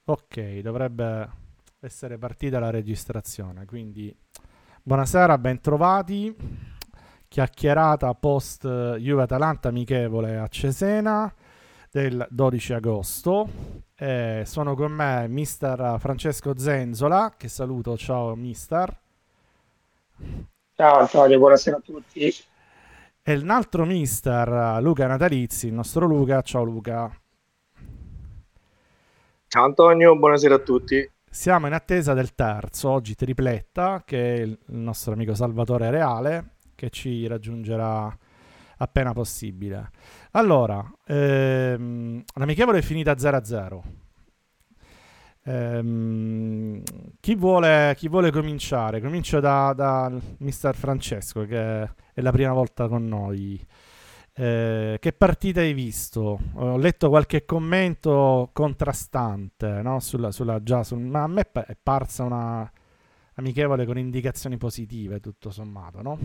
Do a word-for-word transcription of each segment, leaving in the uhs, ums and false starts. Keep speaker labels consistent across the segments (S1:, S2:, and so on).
S1: Ok, dovrebbe essere partita la registrazione, quindi buonasera, bentrovati. Chiacchierata post eh, Juve-Atalanta amichevole a Cesena del dodici agosto. Eh, sono con me mister Francesco Zenzola, che saluto, ciao mister.
S2: Ciao Antonio, buonasera a tutti.
S1: E un altro mister Luca Natalizzi, il nostro Luca, ciao Luca.
S3: Ciao Antonio, buonasera a tutti.
S1: Siamo in attesa del terzo, oggi tripletta, che è il nostro amico Salvatore Reale, che ci raggiungerà appena possibile. Allora, ehm, l'amichevole è finita zero a zero. Ehm, chi, vuole, chi vuole cominciare? Comincio da, da mister Francesco, che è la prima volta con noi. Eh, che partita hai visto? Ho letto qualche commento contrastante, no? Sulla, sulla, già sul- ma a me è parsa una amichevole con indicazioni positive, tutto sommato, no?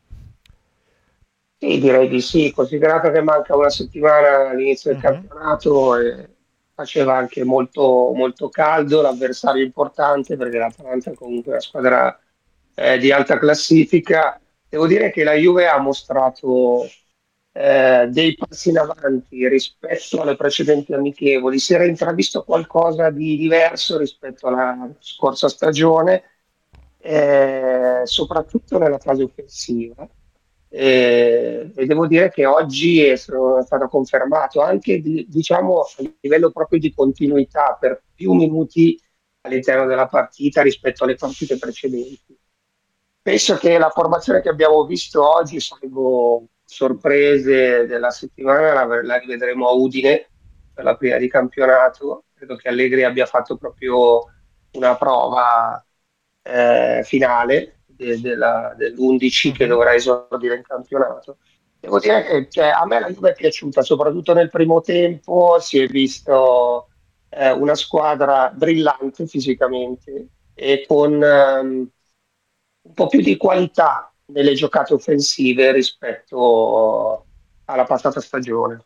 S2: Sì, direi di sì, considerato che manca una settimana all'inizio del
S1: Mhm.
S2: campionato, e faceva anche molto, molto caldo, l'avversario importante perché l'Atalanta è comunque una squadra eh, di alta classifica. Devo dire che la Juve ha mostrato eh, dei passi in avanti rispetto alle precedenti amichevoli, si era intravisto qualcosa di diverso rispetto alla scorsa stagione, eh, soprattutto nella fase offensiva. Eh, e devo dire che oggi è, so- è stato confermato anche di- diciamo, a livello proprio di continuità per più minuti all'interno della partita rispetto alle partite precedenti. Penso che la formazione che abbiamo visto oggi, salvo sorprese della settimana, la, la rivedremo a Udine per la prima di campionato. Credo che Allegri abbia fatto proprio una prova eh, finale de- della- dell'undici che
S1: Mhm.
S2: dovrà esordire in campionato. Devo dire che cioè, a me la Juve è piaciuta, soprattutto nel primo tempo, si è visto eh, una squadra brillante fisicamente e con ehm, un po' più di qualità nelle giocate offensive rispetto alla passata stagione.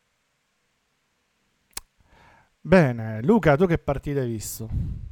S1: Bene, Luca, tu che partita hai visto?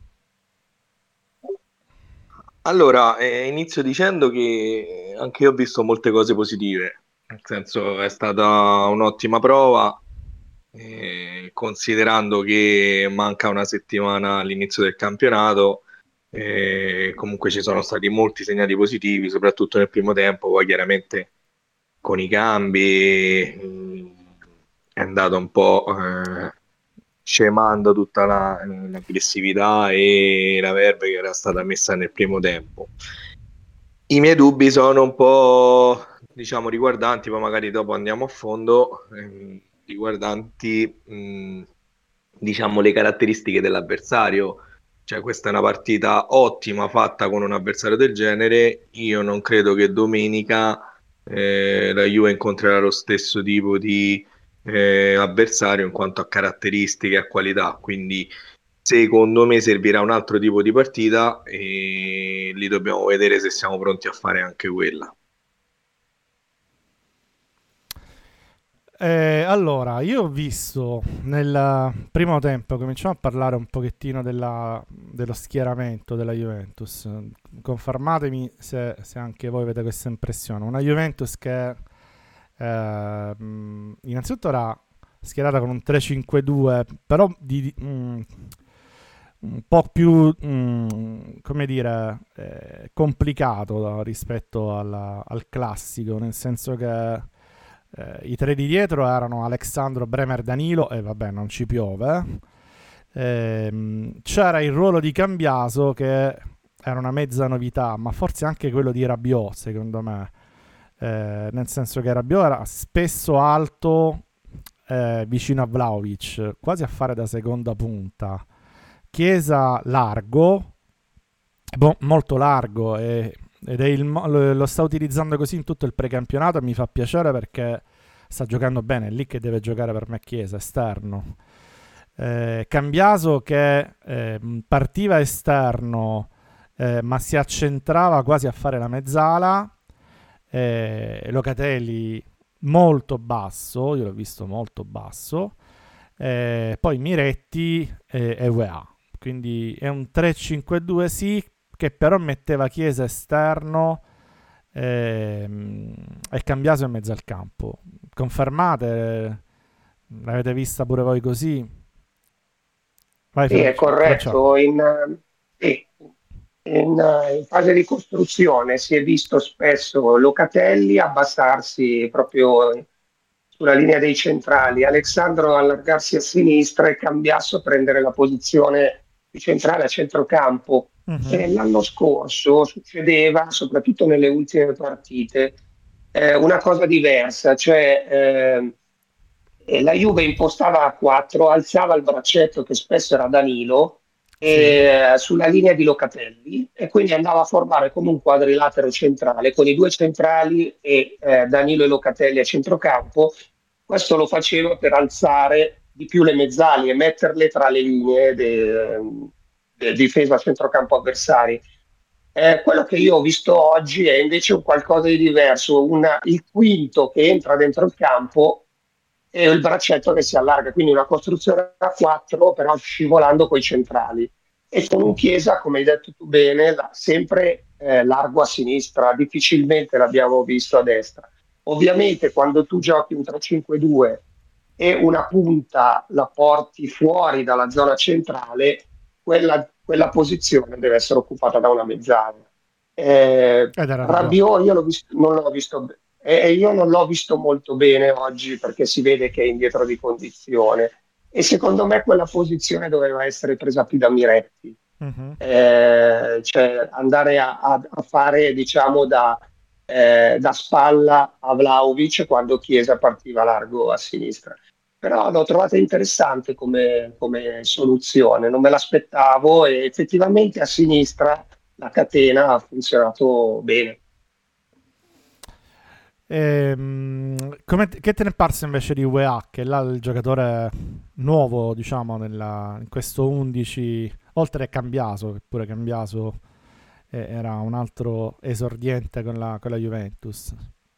S3: Allora, eh, inizio dicendo che anche io ho visto molte cose positive, nel senso è stata un'ottima prova, eh, considerando che manca una settimana all'inizio del campionato, eh, comunque ci sono stati molti segnali positivi, soprattutto nel primo tempo, poi chiaramente con i cambi mh, è andato un po' eh, scemando tutta la- l'aggressività e la verve che era stata messa nel primo tempo. I miei dubbi sono un po', diciamo, riguardanti, poi magari dopo andiamo a fondo, ehm, riguardanti, mh, diciamo, le caratteristiche dell'avversario. Cioè, questa è una partita ottima fatta con un avversario del genere. Io non credo che domenica eh, la Juve incontrerà lo stesso tipo di eh, avversario in quanto a caratteristiche e a qualità. Quindi, secondo me, servirà un altro tipo di partita e lì dobbiamo vedere se siamo pronti a fare anche quella.
S1: Eh, allora, io ho visto nel primo tempo, cominciamo a parlare un pochettino della- dello schieramento della Juventus. Confermatemi se, se anche voi avete questa impressione. Una Juventus che eh, mh, innanzitutto era schierata con un tre cinque due, però di, di- mh, un po' più, mh, come dire, eh, complicato rispetto alla- al classico, nel senso che eh, i tre di dietro erano Alexandro, Bremer, Danilo e vabbè, non ci piove. Ehm, c'era il ruolo di Cambiaso che era una mezza novità, ma forse anche quello di Rabiot, secondo me. Eh, nel senso che Rabiot era spesso alto eh, vicino a Vlaovic, quasi a fare da seconda punta. Chiesa largo, bo- molto largo e, ed è il, lo, lo sta utilizzando così in tutto il precampionato e mi fa piacere perché sta giocando bene, è lì che deve giocare per me Chiesa, esterno. Eh, Cambiaso che eh, partiva esterno eh, ma si accentrava quasi a fare la mezzala, eh, Locatelli molto basso, io l'ho visto molto basso, eh, poi Miretti e, e U E A. Quindi è un tre cinque due sì, che però metteva Chiesa esterno ehm, e Cambiaso in mezzo al campo. Confermate? L'avete vista pure voi così? Vai,
S2: Sì, è
S1: Franci- Francione.
S2: corretto. In, eh, sì, in, eh, in fase di costruzione si è visto spesso Locatelli abbassarsi proprio sulla linea dei centrali, Alexandro allargarsi a sinistra e Cambiasso prendere la posizione di centrale a centrocampo.
S1: Mhm.
S2: E l'anno scorso succedeva, soprattutto nelle ultime partite, eh, una cosa diversa, cioè eh, eh, la Juve impostava a quattro, alzava il braccetto che spesso era Danilo
S1: Sì.
S2: eh, sulla linea di Locatelli e quindi andava a formare come un quadrilatero centrale con i due centrali e eh, Danilo e Locatelli a centrocampo. Questo lo faceva per alzare di più le mezzali e metterle tra le linee di difesa a centrocampo avversari. Eh, quello che io ho visto oggi è invece un qualcosa di diverso, una- il quinto che entra dentro il campo e il braccetto che si allarga, quindi una costruzione a quattro, però scivolando coi centrali. E con un Chiesa, come hai detto tu bene, la- sempre eh, largo a sinistra, difficilmente l'abbiamo visto a destra. Ovviamente quando tu giochi un tre cinque due e una punta la porti fuori dalla zona centrale, quella, quella posizione deve essere occupata da una mezzala. Eh,
S1: Ed era Rabiot.
S2: Rabiot io l'ho visto, non l'ho visto bene. E e io non l'ho visto molto bene oggi perché si vede che è indietro di condizione e secondo me quella posizione doveva essere presa più da Miretti.
S1: Mhm.
S2: Eh, cioè andare a, a- a fare diciamo da, eh, da spalla a Vlahovic quando Chiesa partiva largo a sinistra. Però l'ho trovata interessante come, come soluzione, non me l'aspettavo e effettivamente a sinistra la catena ha funzionato bene.
S1: Ehm, come te- che te ne è parso invece di U E A, che è là il giocatore nuovo, diciamo, nella- in questo undici, oltre a Cambiaso, che pure Cambiaso eh, era un altro esordiente con la, con la Juventus.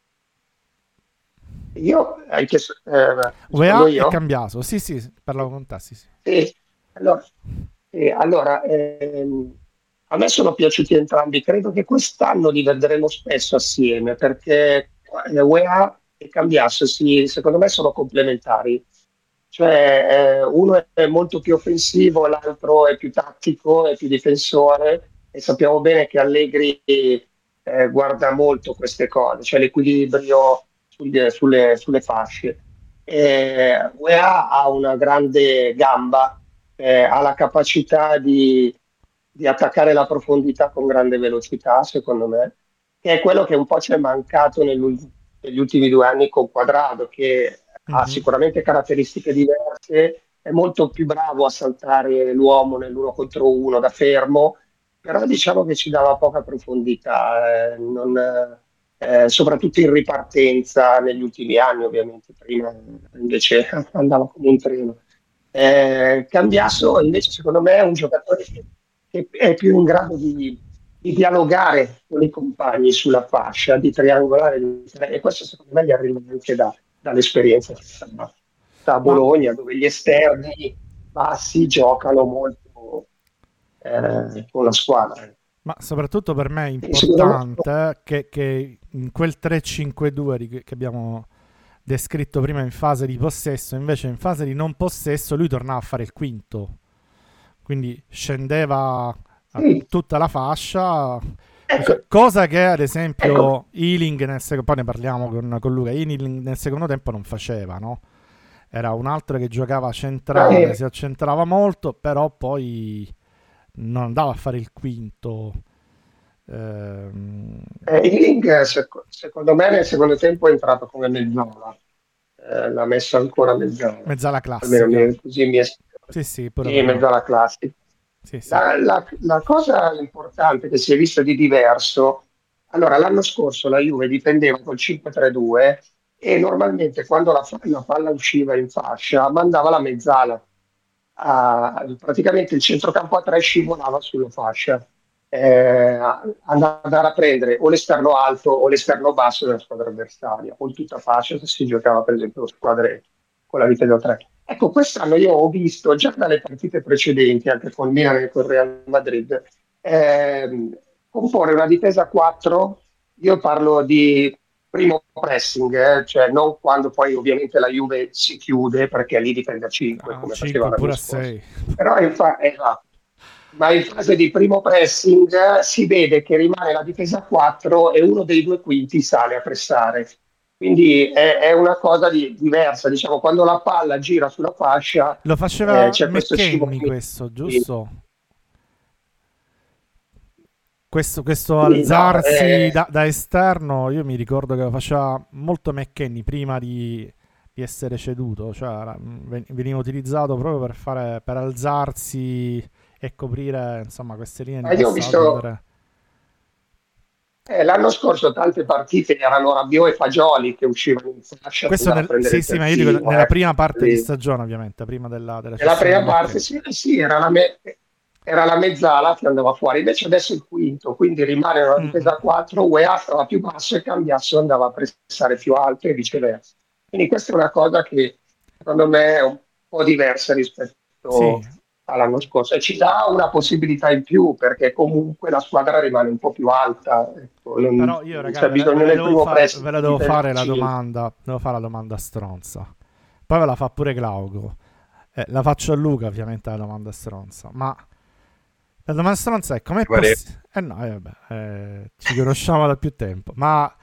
S2: Io, hai chiesto, eh, rispondo
S1: U E A e
S2: io?
S1: Cambiaso, sì sì, parlavo con te, sì sì.
S2: Sì. Allora, sì, allora ehm, a me sono piaciuti entrambi, credo che quest'anno li vedremo spesso assieme perché eh, U E A e Cambiasso sì, secondo me sono complementari, cioè eh, uno è molto più offensivo, l'altro è più tattico, è più difensore e sappiamo bene che Allegri eh, guarda molto queste cose, cioè l'equilibrio sugli- sulle, sulle fasce. Eh, U E A ha una grande gamba, eh, ha la capacità di, di attaccare la profondità con grande velocità, secondo me, che è quello che un po' ci è mancato negli, negli ultimi due anni con Quadrado, che ha
S1: Mhm.
S2: sicuramente caratteristiche diverse, è molto più bravo a saltare l'uomo nell'uno contro uno da fermo, però diciamo che ci dava poca profondità, eh, non, eh, soprattutto in ripartenza negli ultimi anni, ovviamente, prima invece andava come un treno. Eh, Cambiasso invece secondo me è un giocatore che, che è più in grado di, di dialogare con i compagni sulla fascia, di triangolare e questo secondo me gli arriva anche da- dall'esperienza che sta sta a
S1: Ma,
S2: Bologna, dove gli esterni bassi giocano molto eh, con la squadra.
S1: ma soprattutto per me è
S2: E secondo me
S1: importante che, che in quel tre cinque due di cui- che abbiamo descritto prima in fase di possesso, invece in fase di non possesso lui tornava a fare il quinto, quindi scendeva a
S2: sì,
S1: tutta la fascia,
S2: ecco,
S1: dice- cosa che ad
S2: ecco,
S1: esempio Ealing nel secondo, poi ne parliamo con, con Luca, Ealing nel secondo tempo non faceva, no? Era un altro che giocava centrale,
S2: eh,
S1: si accentrava molto, però poi non andava a fare il quinto. Ehm,
S2: eh, Ealing, sec- secondo me nel secondo tempo è entrato come mezzala, eh, l'ha messo ancora mezzala,
S1: mezzala
S2: almeno
S1: classica.
S2: mi- così mi è
S1: Sì, sì, pure
S2: sì,
S1: per me.
S2: mezzala classica.
S1: Sì, sì.
S2: La, la- la cosa importante che si è vista di diverso, allora l'anno scorso la Juve difendeva col cinque tre due e normalmente quando la, fa- la palla usciva in fascia mandava la mezzala. A- praticamente il centrocampo a tre scivolava sulla fascia, eh, andare a prendere o l'esterno alto o l'esterno basso della squadra avversaria, o in tutta fascia se si giocava per esempio squadre con la difesa a tre. Ecco, quest'anno io ho visto già dalle partite precedenti, anche con Milan e con Real Madrid, ehm, comporre una difesa a quattro. Io parlo di primo pressing, eh, cioè non quando poi ovviamente la Juve si chiude, perché lì difende a cinque
S1: A
S2: come faceva
S1: cinque
S2: l'anno
S1: oppure a
S2: scorso.
S1: sei.
S2: Però in fa- esatto. Ma in fase di primo pressing eh, si vede che rimane la difesa a quattro e uno dei due quinti sale a pressare. Quindi è, è una cosa di- diversa, diciamo, quando la palla gira sulla fascia
S1: Lo
S2: eh,
S1: faceva
S2: c'è questo
S1: McKennie
S2: scivolamento.
S1: questo, giusto? Questo, questo
S2: Sì, no,
S1: alzarsi
S2: eh,
S1: da, da esterno, io mi ricordo che lo faceva molto McKennie prima di, di essere ceduto, cioè era- ven- veniva utilizzato proprio per fare, per alzarsi e coprire, insomma, queste linee di
S2: ma io ho
S1: passaggio.
S2: visto
S1: Andare...
S2: eh, l'anno scorso tante partite erano Rabiot e Fagioli che uscivano in fascia per
S1: Questo
S2: andare a
S1: nel,
S2: prendere
S1: sì,
S2: il
S1: sì, ma io dico
S2: terzino.
S1: nella
S2: Ecco.
S1: prima parte di
S2: Lì.
S1: stagione, ovviamente, prima della, della
S2: Nella
S1: cessione di
S2: prima parte
S1: McKennie.
S2: sì, sì, era la, me- era la mezzala che andava fuori, invece adesso è il quinto, quindi rimane una
S1: Mm, mm,
S2: difesa a quattro, U E A stava più basso e Cambiasso andava a pressare più alto e viceversa. Quindi questa è una cosa che secondo me è un po' diversa rispetto
S1: sì,
S2: all'anno scorso e ci dà una possibilità in più perché comunque la squadra rimane un po' più alta, ecco, non,
S1: però io,
S2: non
S1: raga,
S2: c'è
S1: ve la, ve
S2: bisogno
S1: la
S2: nel
S1: devo
S2: primo
S1: fare,
S2: pressing
S1: ve la
S2: di
S1: devo
S2: difendere
S1: fare
S2: a
S1: la
S2: cinque.
S1: domanda, devo fare la domanda stronza. Poi ve la fa pure Glauco. Eh, la faccio a Luca, ovviamente, la domanda stronza. Ma la domanda stronza è com'è
S3: Mi pare.
S1: possibile... Eh no, eh, vabbè, eh, ci conosciamo da più tempo. Ma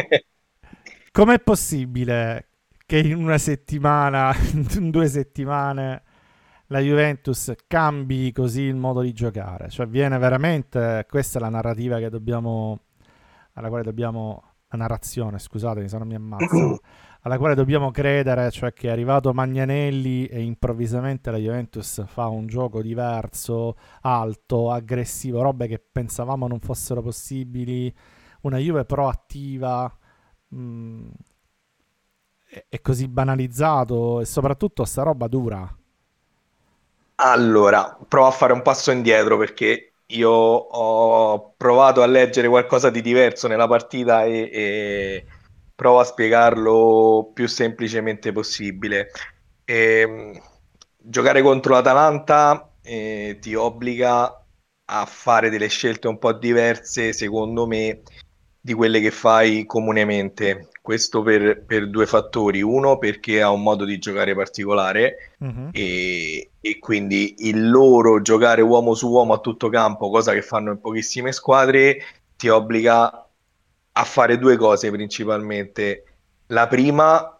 S1: com'è possibile che in una settimana, in due settimane, la Juventus cambi così il modo di giocare? Cioè viene veramente... Questa è la narrativa che dobbiamo... alla quale dobbiamo... La narrazione, scusatemi se non mi ammazzano. Alla quale dobbiamo credere, cioè che è arrivato Magnanelli e improvvisamente la Juventus fa un gioco diverso, alto, aggressivo, robe che pensavamo non fossero possibili, una Juve proattiva, mh, è, è così banalizzato e soprattutto sta roba dura.
S3: Allora, provo a fare un passo indietro perché io ho provato a leggere qualcosa di diverso nella partita e, e provo a spiegarlo più semplicemente possibile. Ehm, Giocare contro l'Atalanta eh, ti obbliga a fare delle scelte un po' diverse, secondo me, di quelle che fai comunemente. Questo per, per due fattori. Uno, perché ha un modo di giocare particolare
S1: Mhm.
S3: e, e quindi il loro giocare uomo su uomo a tutto campo, cosa che fanno in pochissime squadre, ti obbliga a fare due cose principalmente. La prima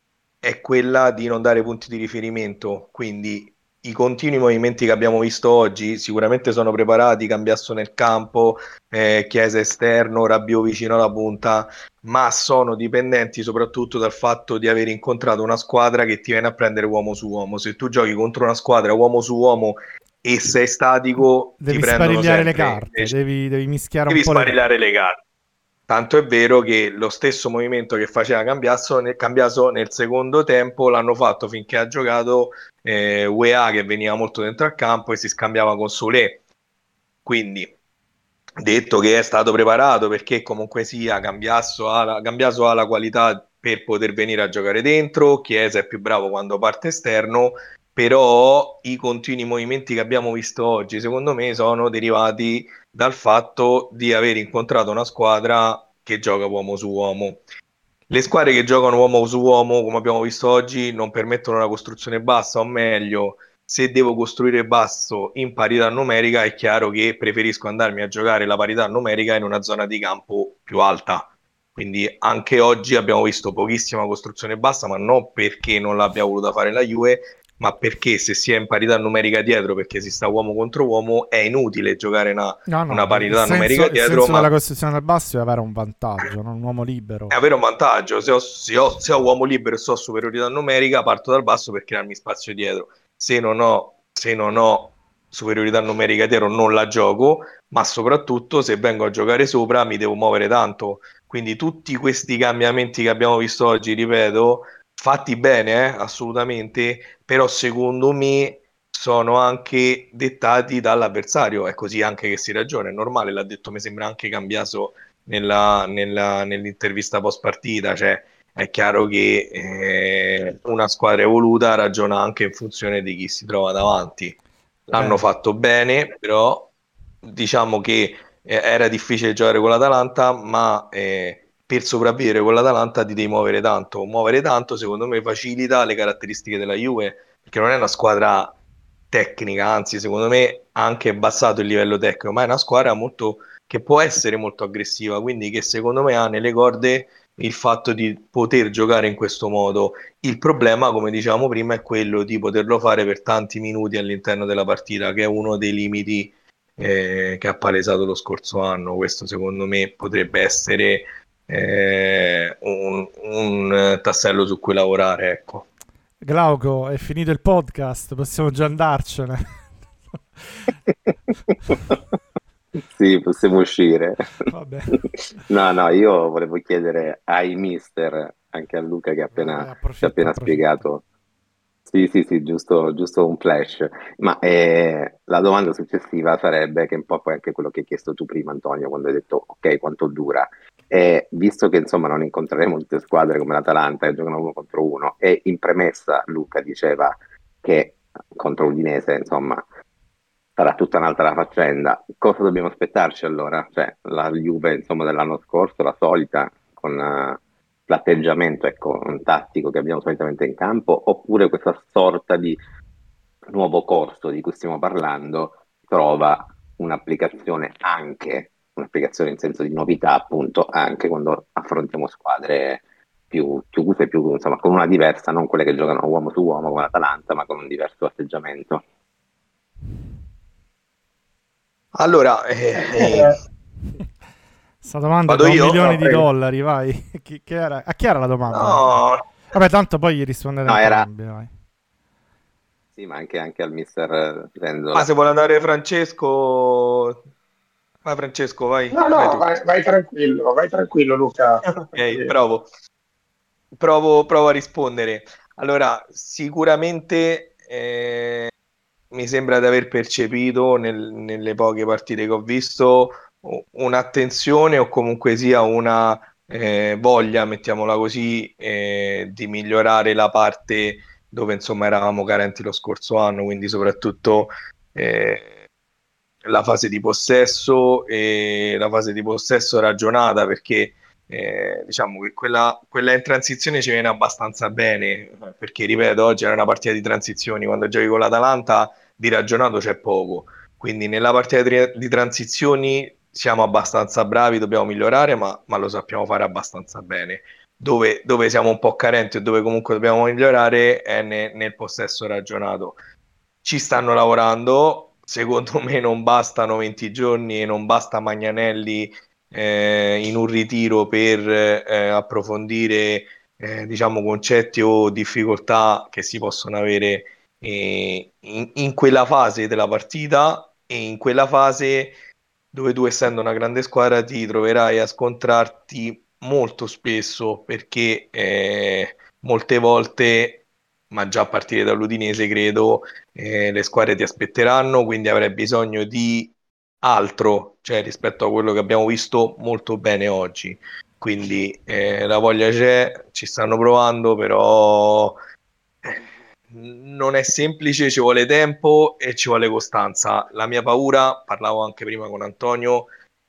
S3: è quella di non dare punti di riferimento, quindi i continui movimenti che abbiamo visto oggi sicuramente sono preparati, Cambiasso nel campo, eh, Chiesa esterno, Rabiot vicino alla punta, ma sono dipendenti soprattutto dal fatto di aver incontrato una squadra che ti viene a prendere uomo su uomo. Se tu giochi contro una squadra uomo su uomo e sei statico, ti
S1: Devi
S3: prendono
S1: sparigliare le
S3: sempre.
S1: carte,
S3: Invece
S1: devi, devi mischiare un
S3: devi
S1: po' le carte.
S3: sparilare le carte. Tanto è vero che lo stesso movimento che faceva Cambiasso nel, Cambiaso nel secondo tempo l'hanno fatto finché ha giocato eh, U E A che veniva molto dentro al campo e si scambiava con Solé. Quindi detto che è stato preparato perché comunque sia Cambiasso ha la, Cambiaso ha la qualità per poter venire a giocare dentro, Chiesa è più bravo quando parte esterno, però i continui movimenti che abbiamo visto oggi secondo me sono derivati dal fatto di aver incontrato una squadra che gioca uomo su uomo. Le squadre che giocano uomo su uomo, come abbiamo visto oggi, non permettono una costruzione bassa, o meglio, se devo costruire basso in parità numerica, è chiaro che preferisco andarmi a giocare la parità numerica in una zona di campo più alta. Quindi anche oggi abbiamo visto pochissima costruzione bassa, ma non perché non l'abbia voluta fare la Juve, ma perché se si è in parità numerica dietro, perché si sta uomo contro uomo, è inutile giocare una,
S1: No,
S3: una
S1: no, il
S3: parità numerica
S1: senso, il
S3: dietro,
S1: senso
S3: ma
S1: della costruzione del basso è avere un vantaggio, non un uomo
S3: è
S1: libero.
S3: avere un vantaggio. Se ho, se ho- se ho uomo libero e so superiorità numerica, parto dal basso per crearmi spazio dietro. Se non ho, se non ho superiorità numerica dietro, non la gioco, ma soprattutto se vengo a giocare sopra mi devo muovere tanto. Quindi tutti questi cambiamenti che abbiamo visto oggi, ripeto, fatti bene, eh, assolutamente, però secondo me sono anche dettati dall'avversario. È così anche che si ragiona, è normale, l'ha detto, mi sembra anche Cambiaso nella, nella, nell'intervista post partita, cioè è chiaro che eh, una squadra evoluta ragiona anche in funzione di chi si trova davanti. L'hanno
S1: Beh.
S3: fatto bene, però diciamo che eh, era difficile giocare con l'Atalanta, ma eh, per sopravvivere con l'Atalanta ti devi muovere tanto. Muovere tanto, secondo me, facilita le caratteristiche della Juve, perché non è una squadra tecnica, anzi, secondo me ha anche abbassato il livello tecnico, ma è una squadra molto che può essere molto aggressiva, quindi che secondo me ha nelle corde il fatto di poter giocare in questo modo. Il problema, come dicevamo prima, è quello di poterlo fare per tanti minuti all'interno della partita, che è uno dei limiti eh, che ha palesato lo scorso anno. Questo secondo me potrebbe essere eh, un, un tassello su cui lavorare, ecco.
S1: Glauco, è finito il podcast, possiamo già andarcene.
S4: Sì, possiamo uscire.
S1: Vabbè.
S4: No, no, io volevo chiedere ai mister, anche a Luca che ha appena,
S1: Vabbè,
S4: ci ha
S1: approfitto,
S4: appena
S1: approfitto.
S4: spiegato. Sì, sì, sì, giusto, giusto un flash. Ma eh, la domanda successiva sarebbe, che è un po' poi anche quello che hai chiesto tu prima, Antonio, quando hai detto ok, quanto dura. E visto che insomma non incontreremo tutte squadre come l'Atalanta che giocano uno contro uno, e in premessa Luca diceva che contro Udinese, insomma, sarà tutta un'altra faccenda. Cosa dobbiamo aspettarci allora? Cioè, la Juve, insomma, dell'anno scorso, la solita, con eh, l'atteggiamento, ecco, un tattico che abbiamo solitamente in campo, oppure questa sorta di nuovo corso di cui stiamo parlando trova un'applicazione anche, un'applicazione in senso di novità, appunto, anche quando affrontiamo squadre più chiuse, più, insomma, con una diversa, non quelle che giocano uomo su uomo come l'Atalanta, ma con un diverso atteggiamento.
S3: Allora, eh, eh,
S1: Sta domanda
S3: Vado
S1: da un
S3: io?
S1: milione
S2: No,
S1: di
S2: prego.
S1: dollari, vai. Chi, chi era? A chi era la domanda?
S3: no,
S1: Vabbè, tanto poi gli rispondete
S4: No, era-
S1: entrambi, vai.
S4: Sì, ma anche, anche al mister Vendola.
S3: ma se vuole andare Francesco, vai Francesco, vai,
S2: No,
S3: vai
S2: no,
S3: tu.
S2: vai, vai tranquillo, vai tranquillo, Luca.
S3: Ok, provo. Provo, provo a rispondere. Allora, sicuramente eh, mi sembra di aver percepito nel- nelle poche partite che ho visto u- un'attenzione o comunque sia una eh, voglia, mettiamola così, eh, di migliorare la parte dove insomma eravamo carenti lo scorso anno, quindi soprattutto eh, la fase di possesso e la fase di possesso ragionata, perché eh, diciamo che quella, quella in transizione ci viene abbastanza bene, perché ripeto, oggi era una partita di transizioni, quando giochi con l'Atalanta di ragionato c'è poco, quindi nella partita di, di transizioni siamo abbastanza bravi, dobbiamo migliorare, ma, ma lo sappiamo fare abbastanza bene. Dove, dove siamo un po' carenti e dove comunque dobbiamo migliorare è ne- nel possesso ragionato. Ci stanno lavorando, secondo me non bastano venti giorni e non basta Magnanelli eh, in un ritiro per eh, approfondire eh, diciamo concetti o difficoltà che si possono avere eh, in, in quella fase della partita e in quella fase dove tu, essendo una grande squadra, ti troverai a scontrarti molto spesso, perché eh, molte volte, ma già a partire dall'Udinese credo, eh, le squadre ti aspetteranno, quindi avrai bisogno di altro, cioè rispetto a quello che abbiamo visto molto bene oggi. Quindi eh, la voglia c'è, ci stanno provando, però eh, non è semplice, ci vuole tempo e ci vuole costanza. La mia paura, parlavo anche prima con Antonio,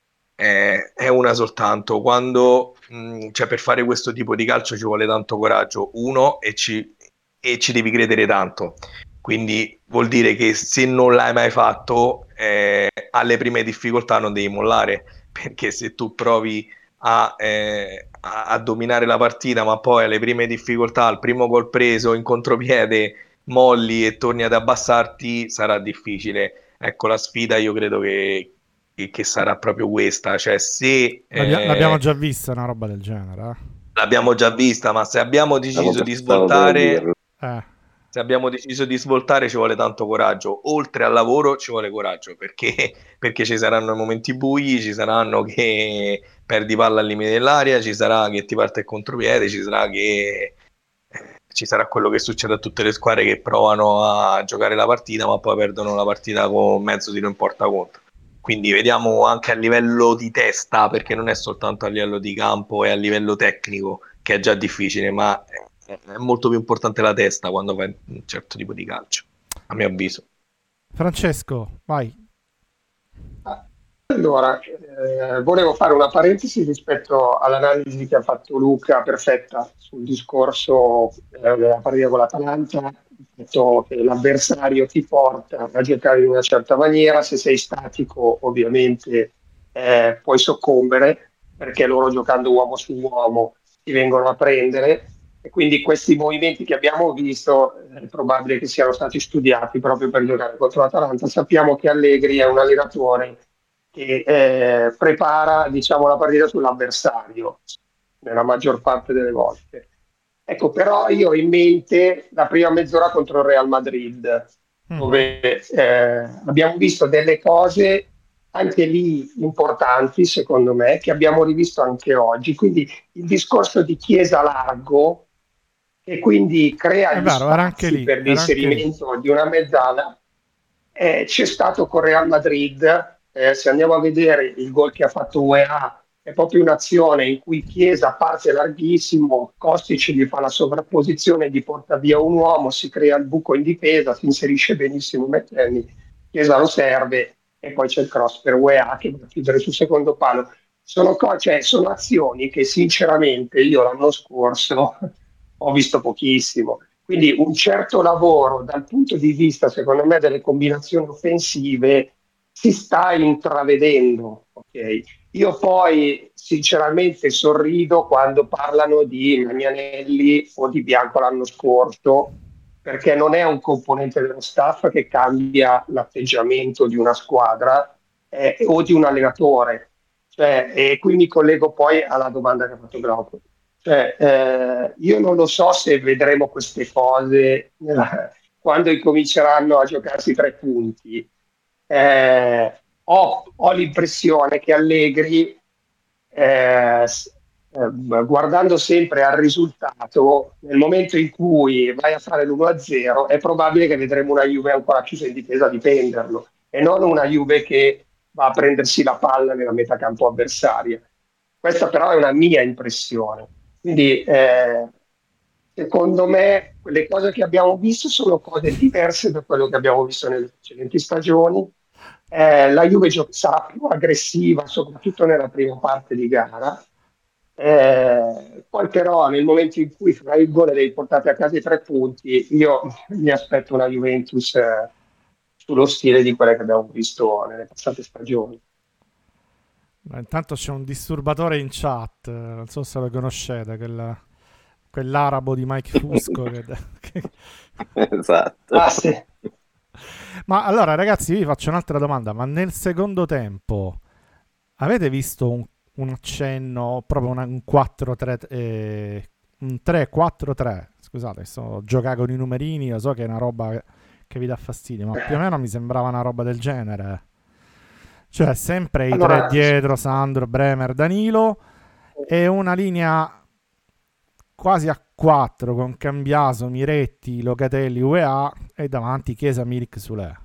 S3: è, è una soltanto: quando mh, cioè per fare questo tipo di calcio ci vuole tanto coraggio, uno, e ci, e ci devi credere tanto. Quindi vuol dire che se non l'hai mai fatto, eh, alle prime difficoltà non devi mollare, perché se tu provi a, eh, a, a dominare la partita, ma poi alle prime difficoltà, al primo gol preso in contropiede, molli e torni ad abbassarti, sarà difficile. Ecco, la sfida io credo che, che, che sarà proprio questa, cioè se
S1: L'abbia-
S3: eh,
S1: l'abbiamo già vista una roba del genere, eh?
S3: l'abbiamo già vista, ma se abbiamo
S4: Stavo
S3: deciso di
S4: stavo per
S3: svoltare,
S4: dirlo.
S1: Eh,
S3: se abbiamo deciso di svoltare ci vuole tanto coraggio, oltre al lavoro ci vuole coraggio, perché, perché ci saranno i momenti bui, ci saranno che perdi palla al limite dell'area, ci sarà che ti parte il contropiede, ci sarà che eh, ci sarà quello che succede a tutte le squadre che provano a giocare la partita ma poi perdono la partita con mezzo tiro in porta contro. Quindi vediamo anche a livello di testa, perché non è soltanto a livello di campo, è a livello tecnico, che è già difficile, ma è, è molto più importante la testa quando fai un certo tipo di calcio, a mio avviso.
S1: Francesco, vai.
S2: Allora, eh, volevo fare una parentesi rispetto all'analisi che ha fatto Luca, perfetta, sul discorso eh, della partita con l'Atalanta, il fatto che l'avversario ti porta a giocare in una certa maniera, se sei statico ovviamente eh, puoi soccombere, perché loro giocando uomo su uomo ti vengono a prendere, e quindi questi movimenti che abbiamo visto eh, è probabile che siano stati studiati proprio per giocare contro l'Atalanta. Sappiamo che Allegri è un allenatore che eh, prepara, diciamo, la partita sull'avversario nella maggior parte delle volte. Ecco, però io ho in mente la prima mezz'ora contro il Real Madrid, dove eh, abbiamo visto delle cose anche lì importanti, secondo me, che abbiamo rivisto anche oggi. Quindi il discorso di Chiesa largo, che quindi crea
S1: È
S2: gli
S1: vero, era anche
S2: spazi
S1: lì,
S2: per
S1: era anche lì.
S2: l'inserimento di una mezzala, eh, c'è stato con Real Madrid. Eh, se andiamo a vedere il gol che ha fatto U E A, è proprio un'azione in cui Chiesa parte larghissimo, Kostic gli fa la sovrapposizione, gli porta via un uomo, si crea il buco in difesa, si inserisce benissimo McKennie, Chiesa lo serve e poi c'è il cross per U E A che va a chiudere sul secondo palo. Sono, co- cioè, sono azioni che sinceramente io l'anno scorso ho visto pochissimo. Quindi un certo lavoro dal punto di vista, secondo me, delle combinazioni offensive si sta intravedendo, ok? Io poi sinceramente sorrido quando parlano di Magnanelli o di Bianco l'anno scorso, perché non è un componente dello staff che cambia l'atteggiamento di una squadra eh, o di un allenatore. Cioè, e qui mi collego poi alla domanda che ha fatto Glauco. Cioè, eh, io non lo so se vedremo queste cose nella, quando incominceranno a giocarsi tre punti. Eh, ho, ho l'impressione che Allegri, eh, s- eh, guardando sempre al risultato, nel momento in cui vai a fare l'uno a zero, è probabile che vedremo una Juve ancora chiusa in difesa a difenderlo e non una Juve che va a prendersi la palla nella metà campo avversaria. Questa però è una mia impressione. Quindi, eh, secondo me, quelle cose che abbiamo visto sono cose diverse da quello che abbiamo visto nelle precedenti stagioni. Eh, la Juve gio- sarà più aggressiva, soprattutto nella prima parte di gara. Eh, poi però nel momento in cui fai il gol e devi portare a casa i tre punti, io mi aspetto una Juventus eh, sullo stile di quelle che abbiamo visto nelle passate stagioni.
S1: Ma intanto c'è un disturbatore in chat, eh, non so se lo conoscete, quel- quell'arabo di Mike Fusco. che, che-
S4: Esatto.
S2: Ah, sì.
S1: Ma allora ragazzi, vi faccio un'altra domanda, ma nel secondo tempo avete visto un, un accenno, proprio una- un quattro tre, eh, un tre quattro tre, scusate, sto giocare con i numerini, lo so che è una roba che, che vi dà fastidio, ma più o meno mi sembrava una roba del genere. Cioè sempre i
S2: Allora,
S1: tre dietro, Sandro, Bremer, Danilo, e una linea quasi a quattro con Cambiaso, Miretti, Locatelli, U E A e davanti Chiesa, Milik, Sule.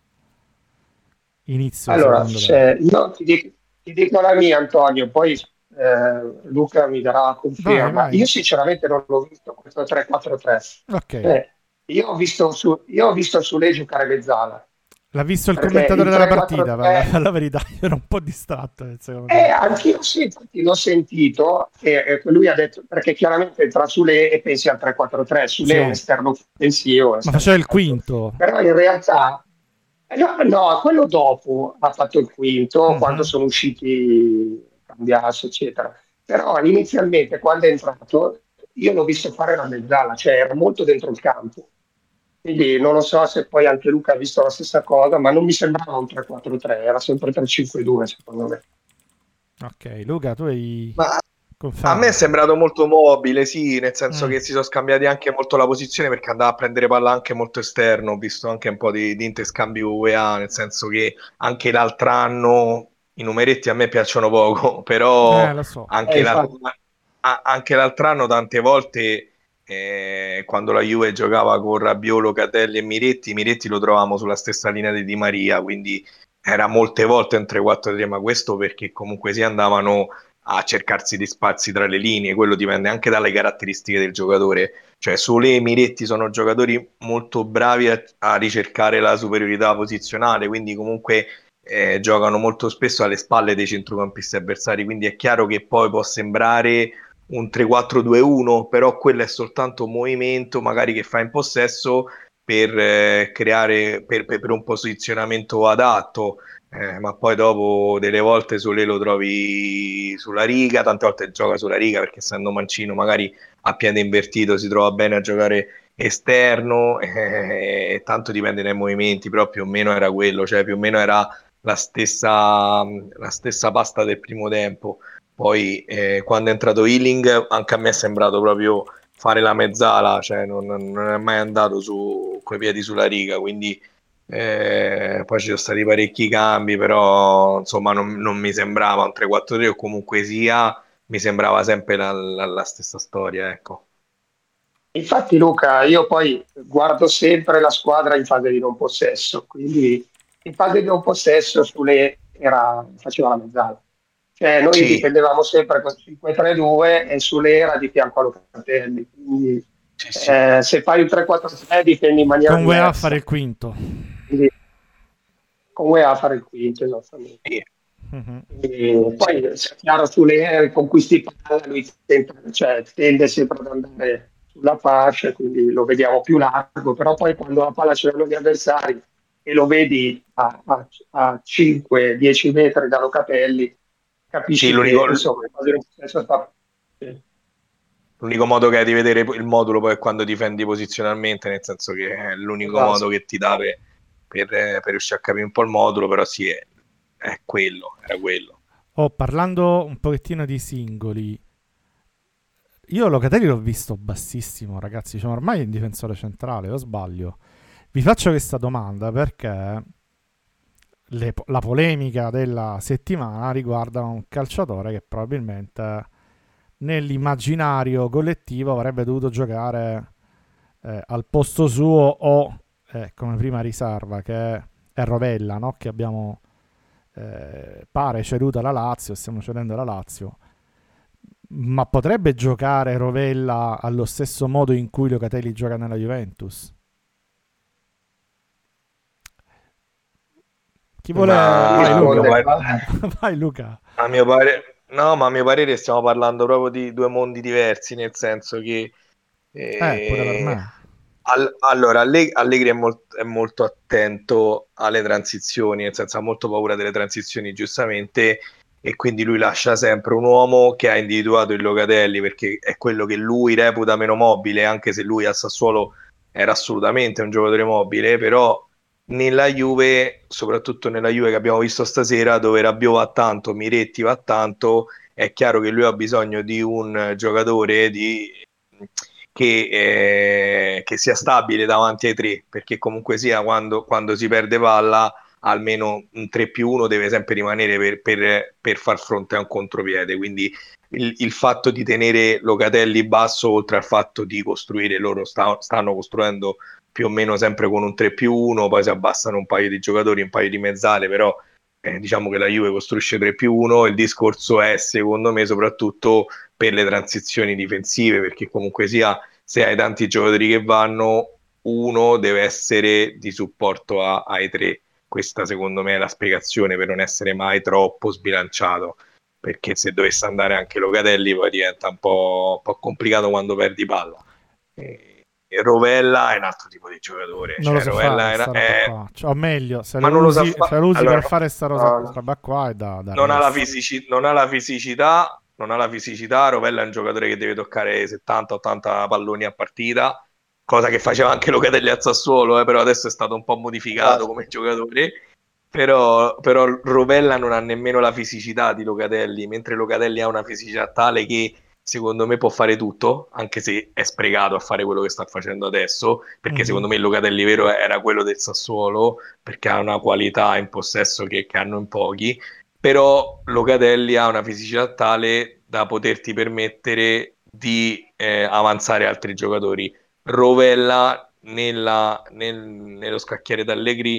S1: Inizio
S2: allora
S1: secondo te.
S2: se- no, ti, dico, ti dico la mia, Antonio, poi eh, Luca mi darà la
S1: Vai,
S2: conferma.
S1: vai.
S2: Io sinceramente non l'ho visto questo tre quattro tre.
S1: Ok.
S2: Eh, io ho visto su, io ho visto Sule giocare mezzala.
S1: L'ha visto il
S2: Perché
S1: commentatore
S2: il
S1: della
S2: tre
S1: partita,
S2: quattro tre
S1: per la, per la verità. Io ero un po' distratto nel secondo
S2: Eh,
S1: tempo.
S2: anch'io sì, infatti l'ho sentito e, e lui ha detto, perché chiaramente tra Sule e pensi al tre quattro tre, Sule
S1: Sì.
S2: è un esterno offensivo, un
S1: Ma
S2: esterno
S1: faceva il
S2: calcio.
S1: quinto.
S2: Però in realtà, eh, no, no, quello dopo ha fatto il quinto,
S1: Mhm.
S2: quando sono usciti Cambiasso, eccetera. Però inizialmente, quando è entrato, io l'ho visto fare la mezzala, cioè era molto dentro il campo. Quindi non lo so se poi anche Luca ha visto la stessa cosa, ma non mi sembrava un tre quattro tre, era sempre tre cinque due secondo me.
S1: Ok, Luca, tu hai
S3: Ma a
S1: conferma?
S3: me è sembrato molto mobile, sì, nel senso
S1: Mm.
S3: che si sono scambiati anche molto la posizione perché andava a prendere palla anche molto esterno. Ho visto anche un po' di, di interscambio U E A, nel senso che anche l'altro anno i numeretti a me piacciono poco, però
S1: Eh, lo so.
S3: anche,
S2: Eh,
S3: l'al-
S2: infatti,
S3: a- anche l'altro anno tante volte eh, quando la Juve giocava con Rabiolo, Catelli e Miretti, Miretti lo trovavamo sulla stessa linea di Di Maria, quindi era molte volte un tre quattro tre, ma questo perché comunque si andavano a cercarsi di spazi tra le linee, quello dipende anche dalle caratteristiche del giocatore. Cioè Solé e Miretti sono giocatori molto bravi a, a ricercare la superiorità posizionale, quindi comunque eh, giocano molto spesso alle spalle dei centrocampisti avversari, quindi è chiaro che poi può sembrare un tre quattro due uno, però quello è soltanto un movimento magari che fa in possesso per eh, creare per, per, per un posizionamento adatto. Eh, ma poi dopo delle volte Solé lo trovi sulla riga, tante volte gioca sulla riga perché essendo mancino magari a piede invertito si trova bene a giocare esterno, eh, e tanto dipende dai movimenti, però più o meno era quello, cioè più o meno era la stessa, la stessa pasta del primo tempo. Poi eh, quando è entrato Ealing anche a me è sembrato proprio fare la mezzala, cioè non, non è mai andato su coi piedi sulla riga, quindi eh, poi ci sono stati parecchi cambi, però insomma non, non mi sembrava un tre quattro tre o comunque sia, mi sembrava sempre la, la, la stessa storia, ecco.
S2: Infatti Luca, io poi guardo sempre la squadra in fase di non possesso, quindi in fase di non possesso Sule era, faceva la mezzala. Cioè noi
S3: Sì,
S2: difendevamo sempre con cinque tre due e Sule era di fianco a Locatelli, quindi
S3: sì, sì.
S2: eh, se fai un tre quattro tre difendi in maniera
S1: Con Weah a
S2: diversa.
S1: fare il quinto.
S2: Quindi, con Weah a fare il quinto, esattamente.
S3: Sì.
S1: Mhm.
S2: E poi è chiaro Sule conquisti palla, lui tende, cioè, tende sempre ad andare sulla fascia, quindi lo vediamo più largo, però poi quando la palla ce l'hanno gli avversari e lo vedi a, a, a cinque dieci metri da Locatelli, capisci
S3: Sì,
S2: che
S3: l'unico,
S2: insomma il quasi stesso sta... sì.
S3: l'unico modo che hai di vedere il modulo poi è quando difendi posizionalmente, nel senso che è l'unico
S2: Esatto.
S3: modo che ti dà per, per, per riuscire a capire un po' il modulo, però sì, è, è quello, era quello.
S1: Oh, parlando un pochettino di singoli, io Locatelli l'ho visto bassissimo, ragazzi, cioè ormai è un difensore centrale, o sbaglio? Vi faccio questa domanda perché le- la polemica della settimana riguarda un calciatore che probabilmente nell'immaginario collettivo avrebbe dovuto giocare eh, al posto suo o eh, come prima riserva, che è Rovella, no? Che abbiamo eh, pare ceduto alla Lazio, stiamo cedendo alla Lazio, ma potrebbe giocare Rovella allo stesso modo in cui Locatelli gioca nella Juventus? Chi vuole...
S3: Ma
S1: Vai
S3: a mio
S1: Luca.
S2: Risponde
S3: parere,
S2: qua.
S1: Vai Luca.
S3: a mio parere, no, ma a mio parere stiamo parlando proprio di due mondi diversi, nel senso che
S1: Eh, pure per
S3: eh,
S1: me.
S3: al- allora Alleg- Allegri è, molt- è molto attento alle transizioni, nel senso ha molto paura delle transizioni, giustamente, e quindi lui lascia sempre un uomo che ha individuato il Locatelli perché è quello che lui reputa meno mobile, anche se lui a Sassuolo era assolutamente un giocatore mobile, però nella Juve, soprattutto nella Juve che abbiamo visto stasera, dove Rabiot va tanto, Miretti va tanto, è chiaro che lui ha bisogno di un giocatore di, che, eh, che sia stabile davanti ai tre, perché comunque sia quando, quando si perde palla, almeno un tre più uno deve sempre rimanere per, per, per far fronte a un contropiede. Quindi il, il fatto di tenere Locatelli basso, oltre al fatto di costruire, loro sta, stanno costruendo più o meno sempre con un tre più uno, poi si abbassano un paio di giocatori, un paio di mezzale, però eh, diciamo che la Juve costruisce tre più uno. Il discorso è, secondo me, soprattutto per le transizioni difensive, perché comunque sia, se hai tanti giocatori che vanno, uno deve essere di supporto a, ai tre. Questa secondo me è la spiegazione per non essere mai troppo sbilanciato, perché se dovesse andare anche Locatelli poi diventa un po', un po' complicato quando perdi palla. E Rovella è un altro tipo di giocatore,
S1: Non
S3: cioè
S1: lo so
S3: Rovella
S1: fare
S3: era,
S1: sta roba
S3: è,
S1: qua. Cioè, o meglio, se
S3: ma
S1: lo
S3: non lo sa
S1: usi,
S3: fa-
S1: se lo usi
S3: allora,
S1: per fare sta rosa-
S2: No, no.
S1: roba qua è da, da
S3: non ha la
S1: resto.
S3: fisici- non ha la fisicità, non ha la fisicità. Rovella è un giocatore che deve toccare settanta ottanta palloni a partita, cosa che faceva anche Locatelli al Sassuolo, eh, però adesso è stato un po' modificato
S2: Esatto.
S3: come giocatore. Però, però Rovella non ha nemmeno la fisicità di Locatelli, mentre Locatelli ha una fisicità tale che secondo me può fare tutto, anche se è sprecato a fare quello che sta facendo adesso, perché
S1: Mhm.
S3: secondo me il Locatelli vero era quello del Sassuolo, perché ha una qualità in possesso che, che hanno in pochi, però Locatelli ha una fisicità tale da poterti permettere di eh, avanzare altri giocatori. Rovella nella- nel- nello scacchiere d'Allegri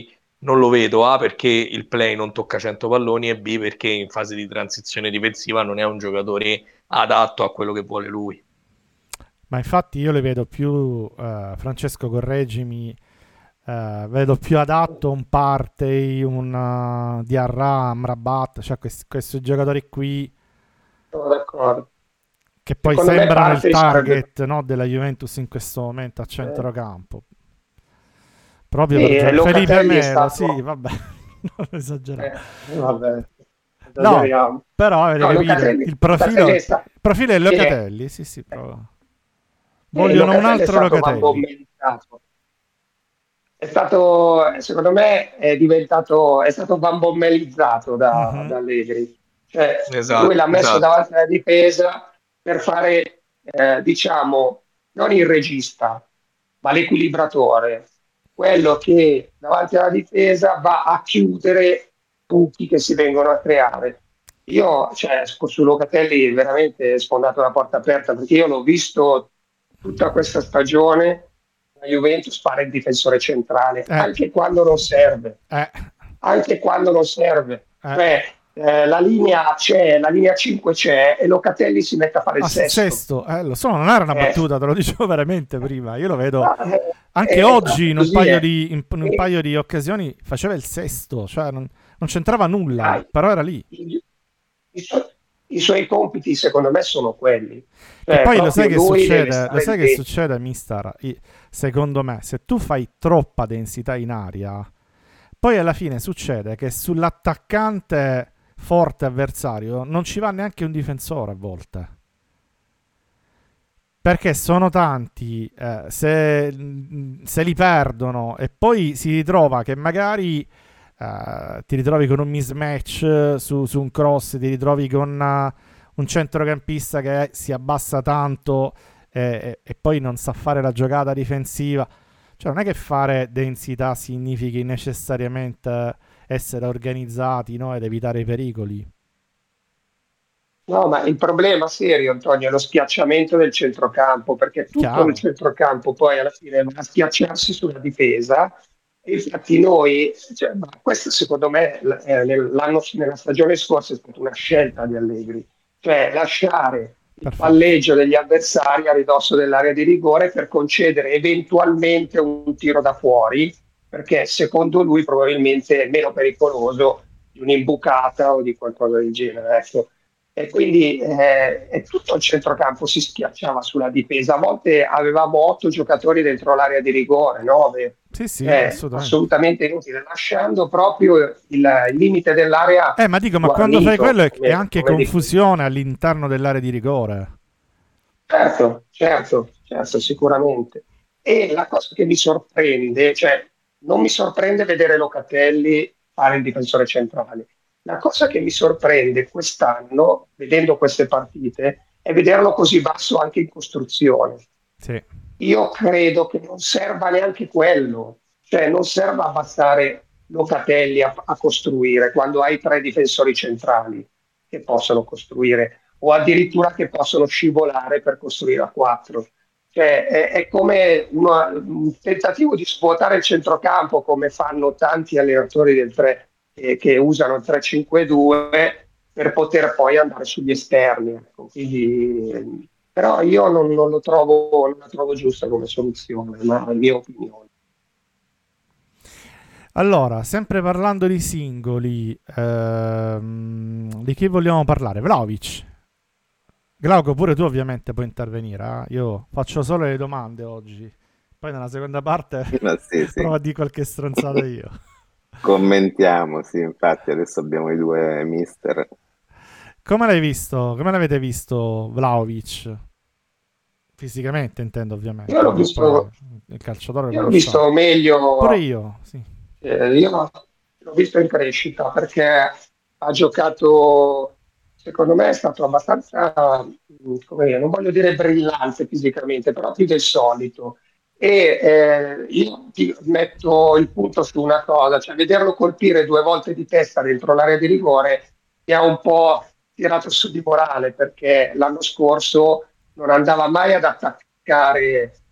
S3: non lo vedo, A perché il play non tocca cento palloni e B perché in fase di transizione difensiva non è un giocatore adatto a quello che vuole lui.
S1: Ma infatti io le vedo più, uh, Francesco correggimi, uh, vedo più adatto un Partey, un uh, Diarra, Amrabat, cioè questi, questi giocatori qui
S2: Sono d'accordo.
S1: che poi
S2: Secondo me
S1: sembrano il
S2: Partey
S1: target,
S2: sarebbe-
S1: no, della Juventus in questo momento a
S2: eh,
S1: centrocampo. Proprio
S2: sì,
S1: per
S2: eh,
S1: gio- Felipe
S2: Locatelli è
S1: Melo,
S2: stato...
S1: sì, vabbè, non esagerare.
S2: eh, vabbè,
S1: No,
S2: esageriamo.
S1: però avete
S2: No,
S1: capito,
S2: Locatelli,
S1: il profilo,
S2: Locatelli è
S1: il
S2: stato...
S1: profilo è
S2: sì, eh,
S1: Locatelli, sì, sì, però
S2: sì,
S1: vogliono un
S2: Locatelli è
S1: altro
S2: stato
S1: Locatelli.
S2: bambommelizzato. È stato, secondo me, è diventato, è stato bambommelizzato da,
S1: Mhm.
S2: da Allegri. Cioè, lui
S3: Esatto,
S2: l'ha messo
S3: esatto.
S2: davanti alla difesa per fare, eh, diciamo, non il regista, ma l'equilibratore, quello che davanti alla difesa va a chiudere buchi che si vengono a creare. Io, cioè, su Locatelli veramente sfondato la porta aperta perché io l'ho visto tutta questa stagione. La Juventus fare il difensore centrale
S1: Eh,
S2: anche quando non serve,
S1: eh,
S2: anche quando non serve.
S1: eh.
S2: Cioè, eh, la linea c'è, la linea cinque c'è e Locatelli si mette a fare il
S1: Ah, se-
S2: sesto.
S1: sesto, eh, lo so, non era una
S2: Eh,
S1: battuta, te lo dicevo veramente prima. Io lo vedo
S2: ah, eh,
S1: anche
S2: è
S1: oggi
S2: proprio
S1: in un
S2: così,
S1: paio
S2: eh.
S1: di, in, in un
S2: E,
S1: paio di occasioni faceva il sesto, cioè non, non c'entrava nulla,
S2: dai,
S1: però era lì.
S2: i, i su- i suoi compiti secondo me sono quelli.
S1: Che
S2: Cioè,
S1: poi lo sai
S2: proprio
S1: che
S2: lui deve
S1: succede? Lo
S2: stare
S1: sai
S2: lì
S1: che
S2: dentro.
S1: succede, mister? I- Secondo me, se tu fai troppa densità in aria, poi alla fine succede che sull'attaccante forte avversario non ci va neanche un difensore a volte. Perché sono tanti, eh, se, se li perdono e poi si ritrova che magari eh, ti ritrovi con un mismatch su, su un cross, ti ritrovi con uh, un centrocampista che si abbassa tanto e, e- e poi non sa fare la giocata difensiva. Cioè non è che fare densità significhi necessariamente essere organizzati, no, ed evitare i pericoli.
S2: No, ma il problema serio, Antonio, è lo schiacciamento del centrocampo, perché tutto il
S1: Chiaro,
S2: centrocampo poi alla fine va a schiacciarsi sulla difesa. E infatti noi, cioè, ma questo secondo me l- eh, nell'anno, nella stagione scorsa è stata una scelta di Allegri, cioè lasciare il
S1: perfetto.
S2: palleggio degli avversari a ridosso dell'area di rigore per concedere eventualmente un tiro da fuori, perché secondo lui probabilmente è meno pericoloso di un'imbucata o di qualcosa del genere. Ecco. E quindi eh, e tutto il centrocampo si schiacciava sulla difesa. A volte avevamo otto giocatori dentro l'area di rigore, nove,
S1: Sì, sì,
S2: cioè
S1: assolutamente.
S2: assolutamente inutile, lasciando proprio il, il limite dell'area
S1: Eh, ma dico, ma quando fai
S2: guarnito,
S1: quello è, è
S2: come,
S1: anche
S2: come dico.
S1: confusione all'interno dell'area di rigore.
S2: Certo, certo, certo, sicuramente. E la cosa che mi sorprende, cioè non mi sorprende vedere Locatelli fare il difensore centrale. La cosa che mi sorprende quest'anno, vedendo queste partite, è vederlo così basso anche in costruzione.
S1: Sì,
S2: Io credo che non serva neanche quello, cioè non serva abbassare Locatelli a, a costruire quando hai tre difensori centrali che possono costruire o addirittura che possono scivolare per costruire a quattro. Cioè, è, è come una- un tentativo di svuotare il centrocampo come fanno tanti allenatori del tre, eh, che usano il tre cinque due per poter poi andare sugli esterni. Ecco. Quindi, eh, però io non, non lo trovo, non la trovo giusta come soluzione, ma è la mia opinione.
S1: allora, sempre parlando di singoli, ehm, di chi vogliamo parlare? Vlahovic. Glauco, pure tu ovviamente puoi intervenire, eh? Io faccio solo le domande oggi. Poi nella seconda parte
S4: Ma sì, sì.
S1: provo a dire qualche stronzata io.
S4: Commentiamo, sì, infatti adesso abbiamo i due mister.
S1: Come l'hai visto? Come l'avete visto Vlahovic? Fisicamente intendo ovviamente,
S2: Io l'ho
S1: perché poi
S2: visto,
S1: il calciatore lo
S2: io l'ho
S1: conosciamo.
S2: visto
S1: Pure
S2: meglio,
S1: io, sì.
S2: eh, io l'ho visto in crescita perché ha giocato, secondo me è stato abbastanza, mh, come dire, non voglio dire brillante fisicamente, però più del solito. E eh, io ti metto il punto su una cosa, cioè vederlo colpire due volte di testa dentro l'area di rigore mi ha un po' tirato su di morale perché l'anno scorso non andava mai ad attaccare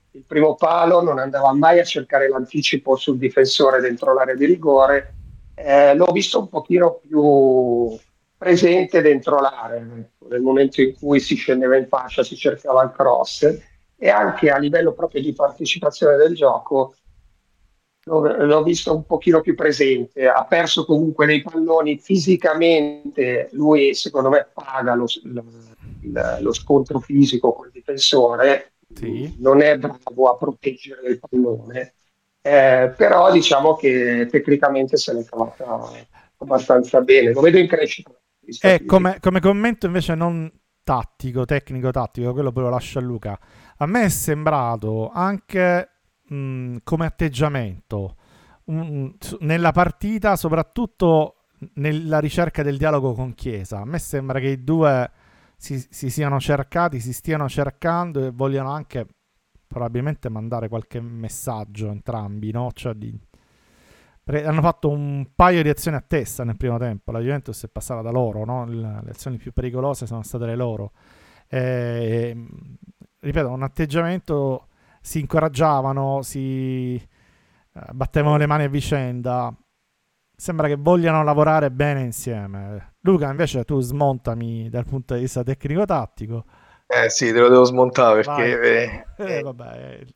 S2: il primo palo, non andava mai a cercare l'anticipo sul difensore dentro l'area di rigore. Eh, l'ho visto un pochino più presente dentro l'area, ecco, nel momento in cui si scendeva in fascia, si cercava il cross, e anche a livello proprio di partecipazione del gioco l'ho, l'ho visto un pochino più presente. Ha perso comunque dei palloni fisicamente, lui secondo me paga lo, lo, lo scontro fisico col difensore,
S1: Sì.
S2: non è bravo a proteggere il pallone, eh, però diciamo che tecnicamente se l'è cavata abbastanza bene, lo vedo in crescita.
S1: E come, come commento invece non tattico, tecnico-tattico, quello poi lo lascio a Luca. A me è sembrato anche mh, come atteggiamento mh, nella partita, soprattutto nella ricerca del dialogo con Chiesa. A me sembra che i due si, si siano cercati, si stiano cercando e vogliano anche probabilmente mandare qualche messaggio entrambi, no? Cioè di, hanno fatto un paio di azioni a testa nel primo tempo. La Juventus è passata da loro, no? Le azioni più pericolose sono state le loro. E, ripeto, un atteggiamento, si incoraggiavano, si battevano le mani a vicenda. Sembra che vogliano lavorare bene insieme. Luca, invece, tu smontami dal punto di vista tecnico-tattico.
S3: Eh sì, te lo devo smontare perché eh,
S1: eh,
S3: eh,
S1: vabbè, eh,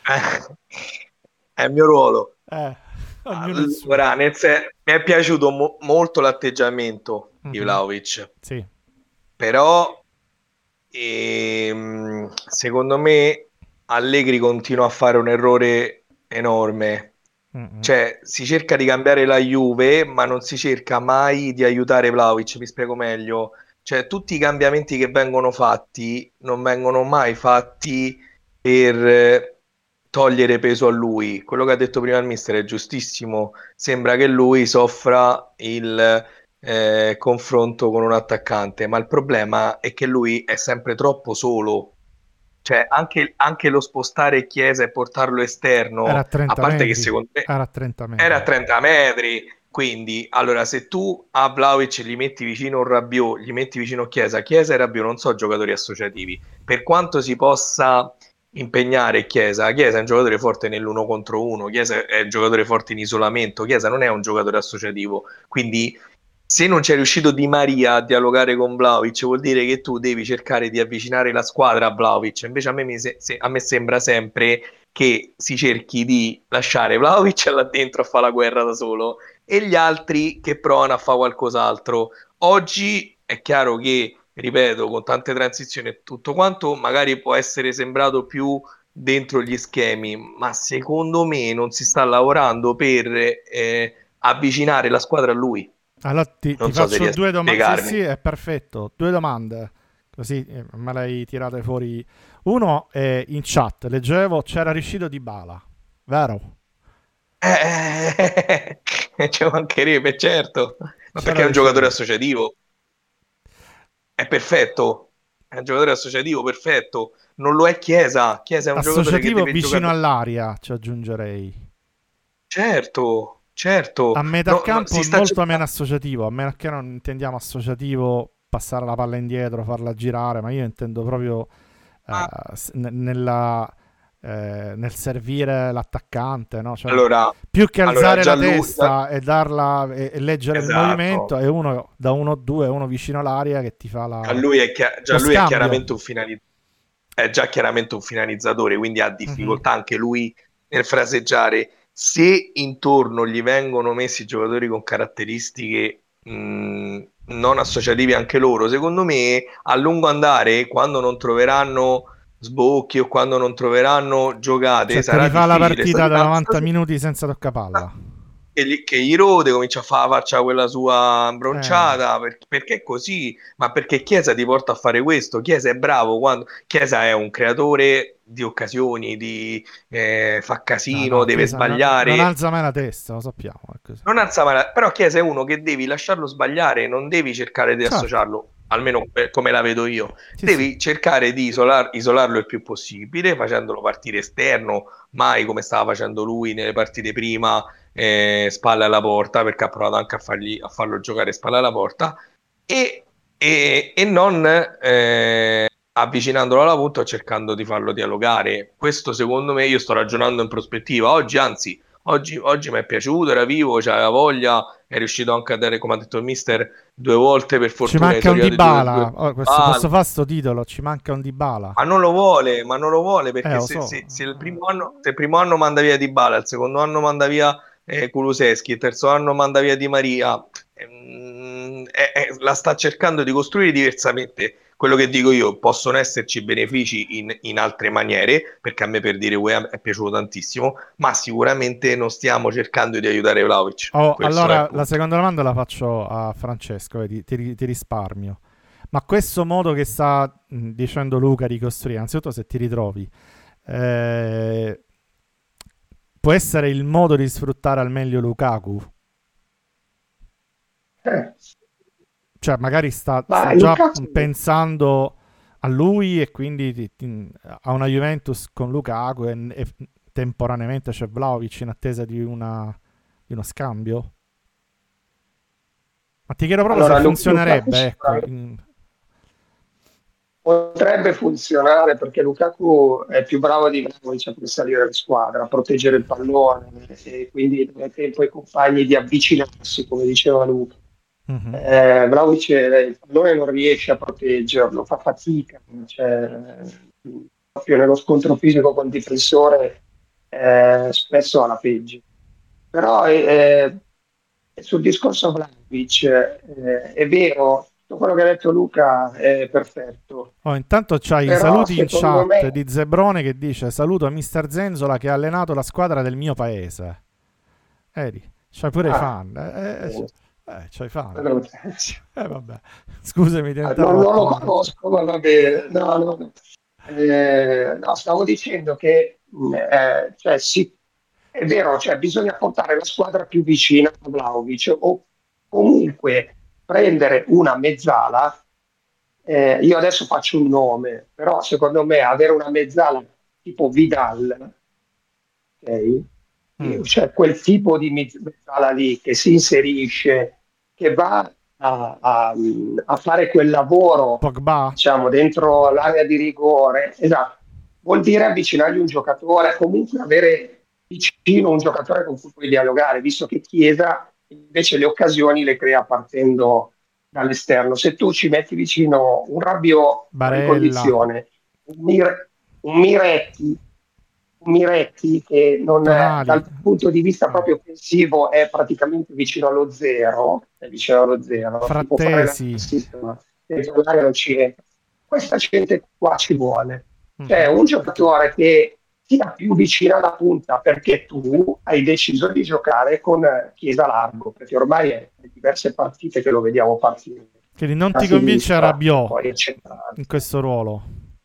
S3: è il mio ruolo.
S1: Eh.
S3: Allora, nel sen- mi è piaciuto mo- molto l'atteggiamento mm-hmm. di Vlahovic,
S1: sì.
S3: Però ehm, secondo me Allegri continua a fare un errore enorme. Mm-hmm. Cioè, si cerca di cambiare la Juve, ma non si cerca mai di aiutare Vlahovic. Mi spiego meglio. Cioè, tutti i cambiamenti che vengono fatti non vengono mai fatti per togliere peso a lui. Quello che ha detto prima il mister è giustissimo. Sembra che lui soffra il eh, confronto con un attaccante, ma il problema è che lui è sempre troppo solo. Cioè, anche, anche lo spostare Chiesa e portarlo esterno,
S1: era a trenta
S3: a parte
S1: metri.
S3: che secondo me
S1: era a trenta metri.
S3: Era a trenta metri. Quindi, allora, se tu a Vlahovic gli metti vicino un Rabiot, gli metti vicino Chiesa, Chiesa e Rabiot non sono giocatori associativi. Per quanto si possa impegnare Chiesa, Chiesa è un giocatore forte nell'uno contro uno, Chiesa è un giocatore forte in isolamento, Chiesa non è un giocatore associativo. Quindi, se non c'è riuscito Di Maria a dialogare con Vlahovic, vuol dire che tu devi cercare di avvicinare la squadra a Vlahovic. Invece a me, mi se, se, a me sembra sempre che si cerchi di lasciare Vlahovic là dentro a fare la guerra da solo e gli altri che provano a fare qualcos'altro. Oggi è chiaro che, ripeto, con tante transizioni e tutto quanto, magari può essere sembrato più dentro gli schemi, ma secondo me non si sta lavorando per eh, avvicinare la squadra a lui.
S1: Allora ti, ti
S3: so
S1: faccio due domande. Sì, sì, è perfetto. Due domande, così eh, me l'hai tirate fuori. Uno è in chat, leggevo, c'era riuscito Dybala, vero?
S3: Eh, eh, ci mancherebbe, certo, ma c'era perché è un giocatore associativo. È perfetto, è un giocatore associativo perfetto. Non lo è Chiesa. Chiesa è un giocatore che deve
S1: vicino
S3: giocare
S1: all'aria, ci aggiungerei.
S3: Certo, certo.
S1: A metà no, campo no, è molto sta... meno associativo, a meno che non intendiamo associativo passare la palla indietro, farla girare, ma io intendo proprio ah. uh, nella, eh, nel servire l'attaccante, no? Cioè,
S3: allora,
S1: più che alzare
S3: allora,
S1: la
S3: lui,
S1: testa e darla e, e leggere esatto. il movimento, è uno da uno o due, uno vicino all'aria che ti fa la.
S3: A lui è, chia- già lui è chiaramente un finalizzatore, è già chiaramente un finalizzatore, quindi ha difficoltà mm-hmm. anche lui nel fraseggiare. Se intorno gli vengono messi giocatori con caratteristiche mh, non associativi anche loro, secondo me a lungo andare, quando non troveranno sbocchi o quando non troveranno giocate,
S1: cioè,
S3: sarà
S1: ti fa la partita da novanta
S3: stasera...
S1: minuti senza toccapalla.
S3: Che gli, che gli rode, comincia a fare la faccia quella sua imbronciata, eh. per, perché è così, ma perché Chiesa ti porta a fare questo. Chiesa è bravo, quando Chiesa è un creatore di occasioni, di eh, fa casino, no, no, deve Chiesa sbagliare,
S1: non, non alza mai la testa, lo sappiamo,
S3: non alza mai la... però Chiesa è uno che devi lasciarlo sbagliare, non devi cercare di certo. associarlo, almeno come la vedo io, sì, devi sì. cercare di isolar, isolarlo il più possibile, facendolo partire esterno, mai come stava facendo lui nelle partite prima, eh, spalle alla porta, perché ha provato anche a, fargli, a farlo giocare spalle alla porta, e, e, e non eh, avvicinandolo alla punta o cercando di farlo dialogare. Questo secondo me, io sto ragionando in prospettiva. Oggi, anzi, oggi, oggi mi è piaciuto, era vivo, c'aveva voglia, è riuscito anche a dare, come ha detto il mister, due volte per
S1: Ci
S3: fortuna.
S1: manca un
S3: due-
S1: Dybala.
S3: due-
S1: Oh, questo, posso fare sto titolo? Ci manca un Dybala.
S3: Ma non lo vuole, ma non lo vuole perché
S1: Eh, lo
S3: se,
S1: so.
S3: se- se il primo anno, se il primo anno manda via Dybala, il secondo anno manda via eh, Kulusevski, il terzo anno manda via Di Maria, ehm, eh, eh, la sta cercando di costruire diversamente. Quello che dico io, possono esserci benefici in, in altre maniere, perché a me per dire U E A è piaciuto tantissimo, ma sicuramente non stiamo cercando di aiutare Vlahovic.
S1: Oh,
S3: Questo
S1: allora,
S3: è il
S1: la
S3: punto.
S1: seconda domanda la faccio a Francesco, vedi, ti, ri- ti risparmio. Ma questo modo che sta mh, dicendo Luca di costruire, innanzitutto se ti ritrovi, eh, può essere il modo di sfruttare al meglio Lukaku?
S2: Eh,
S1: Cioè, magari sta,
S2: ma
S1: sta già
S2: Lukaku,
S1: pensando a lui e quindi ti- ti- a una Juventus con Lukaku e, e temporaneamente c'è Vlahovic in attesa di, una, di uno scambio? Ma ti chiedo proprio
S2: allora,
S1: se
S2: Lu-
S1: funzionerebbe,
S2: Lukaku
S1: ecco.
S2: sicuramente
S1: in-
S2: potrebbe funzionare perché Lukaku è più bravo di Vlahovic a salire la squadra, a proteggere il pallone e quindi nel tempo ai compagni di avvicinarsi, come diceva Luca.
S1: Mhm.
S2: Eh, Vlahovic eh, il pallone non riesce a proteggerlo, fa fatica, cioè, proprio nello scontro fisico con il difensore eh, spesso ha la peggio. Però eh, sul discorso Vlahovic eh, è vero, tutto quello che ha detto Luca è perfetto,
S1: Oh, intanto c'hai i
S2: però
S1: saluti in
S2: secondo
S1: chat
S2: me
S1: di Zebrone che dice: saluto a mister Zenzola che ha allenato la squadra del mio paese. Vedi, c'hai pure i
S2: ah,
S1: fan. Eh, eh,
S2: eh,
S1: eh, c'hai i fan.
S2: non,
S1: Eh, vabbè. Scusami, ti ho
S2: non lo
S1: interrotto.
S2: conosco, ma va bene. No, no, no. Eh, no, stavo dicendo che mh, eh, cioè, sì, è vero, cioè, bisogna portare la squadra più vicina a Vlahovic o comunque prendere una mezzala. Eh, io adesso faccio un nome, però secondo me avere una mezzala tipo Vidal, ok?
S1: Mm.
S2: Cioè quel tipo di mezz- mezzala lì che si inserisce, che va a, a- a fare quel lavoro,
S1: Pogba?
S2: diciamo, dentro l'area di rigore, esatto, vuol dire avvicinargli un giocatore, comunque avere vicino un giocatore con cui puoi dialogare, visto che Chiesa invece le occasioni le crea partendo dall'esterno. Se tu ci metti vicino un Rabiot in
S1: Barella.
S2: condizione, un, Mir- un Miretti, un Miretti che non è,
S1: Tonali.
S2: dal punto di vista proprio offensivo è praticamente vicino allo zero, è vicino allo zero, ti può fare
S1: Frattesi.
S2: l'assist, ma dentro l'area non ci entra. Questa gente qua ci vuole. Cioè
S1: Mhm.
S2: un giocatore che sia più vicino alla punta perché tu hai deciso di giocare con Chiesa largo, perché ormai è diverse partite che lo vediamo partire.
S1: Quindi non
S2: A
S1: ti convince
S2: sinistra,
S1: Rabiot
S2: poi è centrale.
S1: in questo ruolo?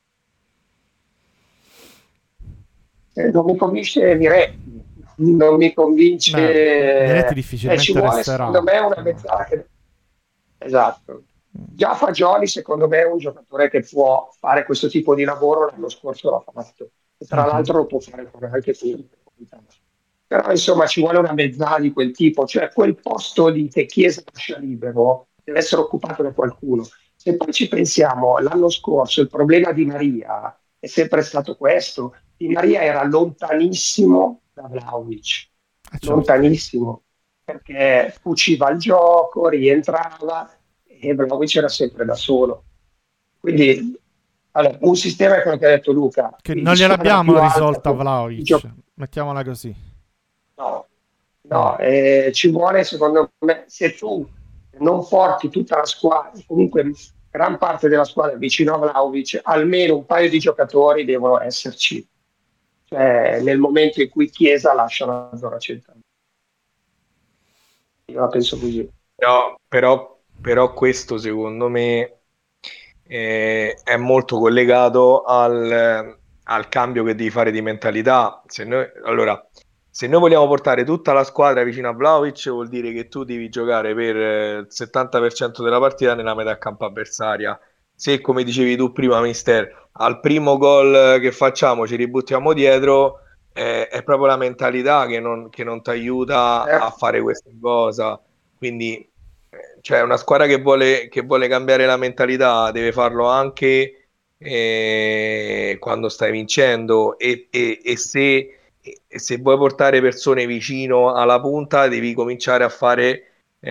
S2: Eh, non mi convince Miretti, non mi convince.
S1: Beh, Miretti
S2: eh,
S1: difficilmente
S2: ci vuole
S1: resterà.
S2: secondo me una
S1: Però.
S2: mezzala che... Esatto. Già Fagioli secondo me è un giocatore che può fare questo tipo di lavoro, l'anno scorso l'ha fatto e tra
S1: Mhm.
S2: l'altro lo può fare con anche qui. Però insomma ci vuole una mezzala di quel tipo, cioè quel posto lì che Chiesa lascia libero deve essere occupato da qualcuno. Se poi ci pensiamo, l'anno scorso il problema di Maria è sempre stato questo. Di Maria era lontanissimo da Vlahovic,
S1: Eh, certo.
S2: lontanissimo, perché fuciva il gioco, rientrava e Vlahovic era sempre da solo. Quindi allora, un sistema è quello che ha detto Luca.
S1: Che
S2: di
S1: non
S2: squadra
S1: gliel'abbiamo
S2: più alta,
S1: risolta
S2: con- di
S1: Vlahovic,
S2: gioco-
S1: mettiamola così.
S2: No, no, eh, ci vuole secondo me, se tu non porti tutta la squadra, comunque gran parte della squadra vicino a Vlahovic, almeno un paio di giocatori devono esserci, cioè nel momento in cui Chiesa lascia la zona centrale. Io la penso così.
S3: Però, però, però questo secondo me eh, è molto collegato al, al cambio che devi fare di mentalità. Se noi, allora, se noi vogliamo portare tutta la squadra vicino a Vlahovic, vuol dire che tu devi giocare per eh, il settanta per cento della partita nella metà campo avversaria. Se, come dicevi tu prima, mister, al primo gol che facciamo ci ributtiamo dietro, eh, è proprio la mentalità che non, che non ti aiuta
S2: Eh,
S3: a fare questa cosa. Quindi, eh, cioè, una squadra che vuole, che vuole cambiare la mentalità deve farlo anche eh, quando stai vincendo e, e- e se, e se vuoi portare persone vicino alla punta devi cominciare a fare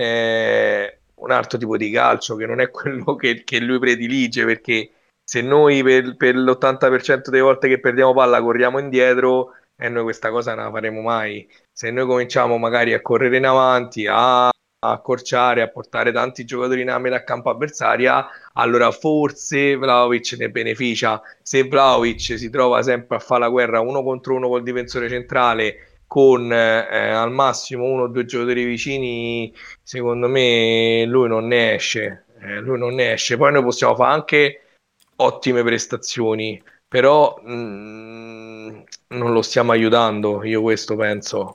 S3: eh, un altro tipo di calcio che non è quello che, che lui predilige, perché se noi per, per l'ottanta per cento delle volte che perdiamo palla corriamo indietro, e noi questa cosa non la faremo mai. Se noi cominciamo magari a correre in avanti, a, a accorciare, a portare tanti giocatori in metà campo avversaria, allora forse Vlahovic ne beneficia. Se Vlahovic si trova sempre a fare la guerra uno contro uno col difensore centrale, con eh, al massimo uno o due giocatori vicini, secondo me lui non ne esce. Eh, lui non ne esce. Poi noi possiamo fare anche ottime prestazioni, però mh, non lo stiamo aiutando, io questo penso.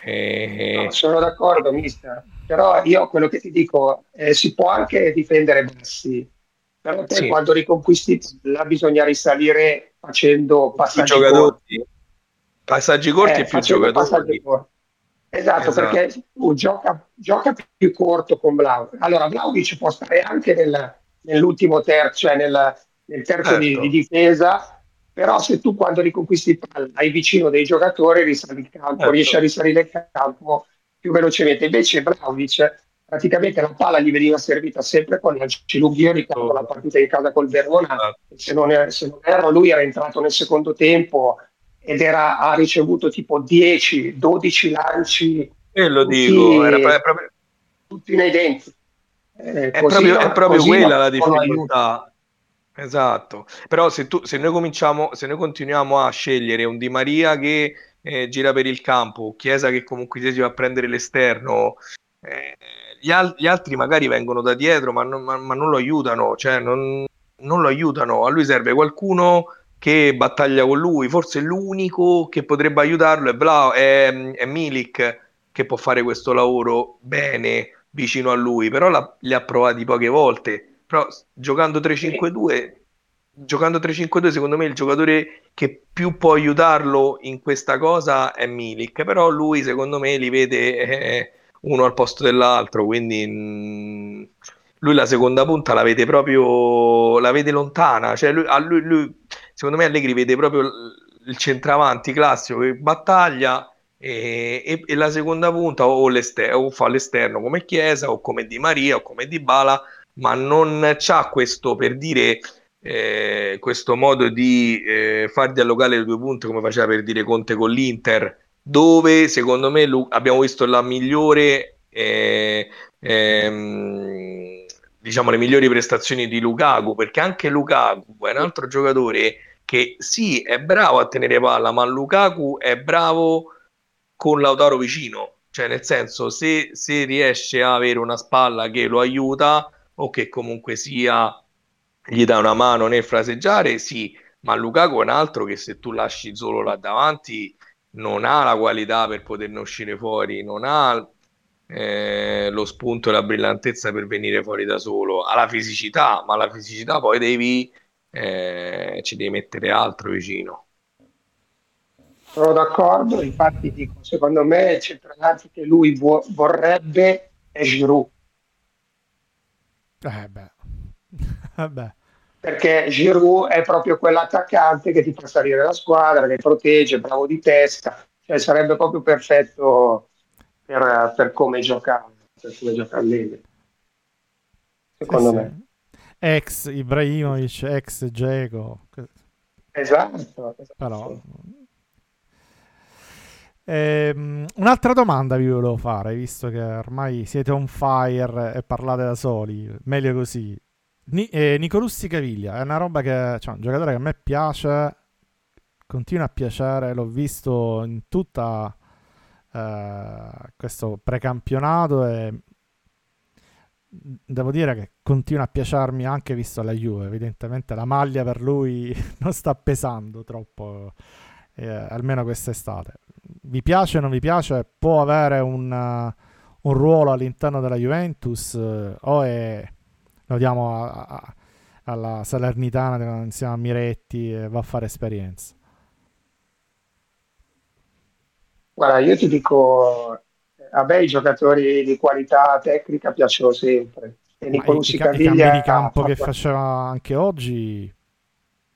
S3: E,
S2: No, sono d'accordo, mister. Però io quello che ti dico, eh, si può anche difendere bassi, però te
S3: sì,
S2: quando riconquisti la bisogna risalire facendo
S3: più
S2: passaggi corti.
S3: giocatori, passaggi corti
S2: Eh,
S3: e più
S2: facendo passaggi
S3: giocatori.
S2: corti. Esatto,
S3: Esatto.
S2: perché tu gioca, gioca più corto con Vlahovic. Allora, Vlahovic può stare anche nel- nell'ultimo terzo, cioè nel, nel terzo di, di
S3: Certo,
S2: difesa, però se tu quando riconquisti palla hai vicino dei giocatori, risali il campo, riesci a
S3: certo.
S2: risalire il campo più velocemente. Invece Vlahovic, praticamente la palla gli veniva servita sempre con lanci lunghi. Io ricordo la partita in casa col Verona,
S3: Esatto.
S2: se non, è- se non erro, lui era entrato nel secondo tempo ed era, ha ricevuto tipo dieci dodici lanci,
S3: E lo dico, era
S2: tutti,
S3: pro- è proprio,
S2: tutti nei denti. Eh,
S3: è
S2: così,
S3: proprio, è
S2: non,
S3: proprio
S2: così non,
S3: quella la
S2: non lo aiuta.
S3: difficoltà. Esatto, però se, tu, se noi cominciamo, se noi continuiamo a scegliere un Di Maria che eh, gira per il campo, Chiesa che comunque sia si va a prendere l'esterno, eh, gli, al- gli altri magari vengono da dietro ma non, ma- ma non lo aiutano, cioè non, non lo aiutano, a lui serve qualcuno che battaglia con lui, forse l'unico che potrebbe aiutarlo è, Blau, è, è Milik che può fare questo lavoro bene vicino a lui, però l'ha- li ha provati poche volte. Però s- giocando
S2: Sì.
S3: tre cinque due, giocando tre cinque due, secondo me il giocatore che più può aiutarlo in questa cosa è Milik, però lui secondo me li vede eh, uno al posto dell'altro, quindi mh, lui la seconda punta la vede proprio, la vede lontana, cioè lui, a lui, lui- secondo me Allegri vede proprio il il centravanti classico che battaglia e, e- e la seconda punta o, l'ester- o fa l'esterno come Chiesa o come Di Maria o come Dybala, ma non c'ha questo, per dire, eh, questo modo di eh, far dialogare le due punte come faceva per dire Conte con l'Inter, dove secondo me Lu- abbiamo visto la migliore, eh, ehm, diciamo le migliori prestazioni di Lukaku, perché anche Lukaku è un altro giocatore che sì, è bravo a tenere palla, ma Lukaku è bravo con Lautaro vicino, cioè nel senso se, se riesce a avere una spalla che lo aiuta o che comunque sia gli dà una mano nel fraseggiare, sì, ma Lukaku è un altro che se tu lasci solo là davanti non ha la qualità per poterne uscire fuori, non ha eh, lo spunto e la brillantezza per venire fuori da solo, ha la fisicità, ma la fisicità poi devi eh, ci devi mettere altro vicino.
S2: Sono d'accordo, infatti dico, secondo me il centravanti che lui vuo- vorrebbe è Giroud,
S1: Eh beh. Vabbè.
S2: perché Giroud è proprio quell'attaccante che ti fa salire la squadra, che protegge, bravo di testa, cioè sarebbe proprio perfetto per, per come gioca, per come gioca Allegri,
S1: Sì,
S2: secondo
S1: sì.
S2: me.
S1: Ex Ibrahimovic, ex Dzeko, que-
S2: Esatto,
S1: però...
S2: esatto.
S1: Ehm, un'altra domanda vi volevo fare, visto che ormai siete on fire e parlate da soli, meglio così. Ni- eh, Nicolussi Caviglia è una roba che, cioè, un giocatore che a me piace, continua a piacere, l'ho visto in tutta eh, questo precampionato e devo dire che continua a piacermi anche visto la Juve. Evidentemente la maglia per lui non sta pesando troppo, eh, almeno quest'estate. Vi piace o non vi piace? Può avere un, uh, un ruolo all'interno della Juventus eh, o è, lo diamo a- a- alla Salernitana insieme a Miretti e va a fare esperienza?
S2: Guarda, io ti dico, a me i giocatori di qualità tecnica piacciono sempre. E
S1: Ma i, i
S2: Nicolussi
S1: ca- i cambi di
S2: Caviglia ha
S1: campo che
S2: fatto.
S1: faceva anche oggi,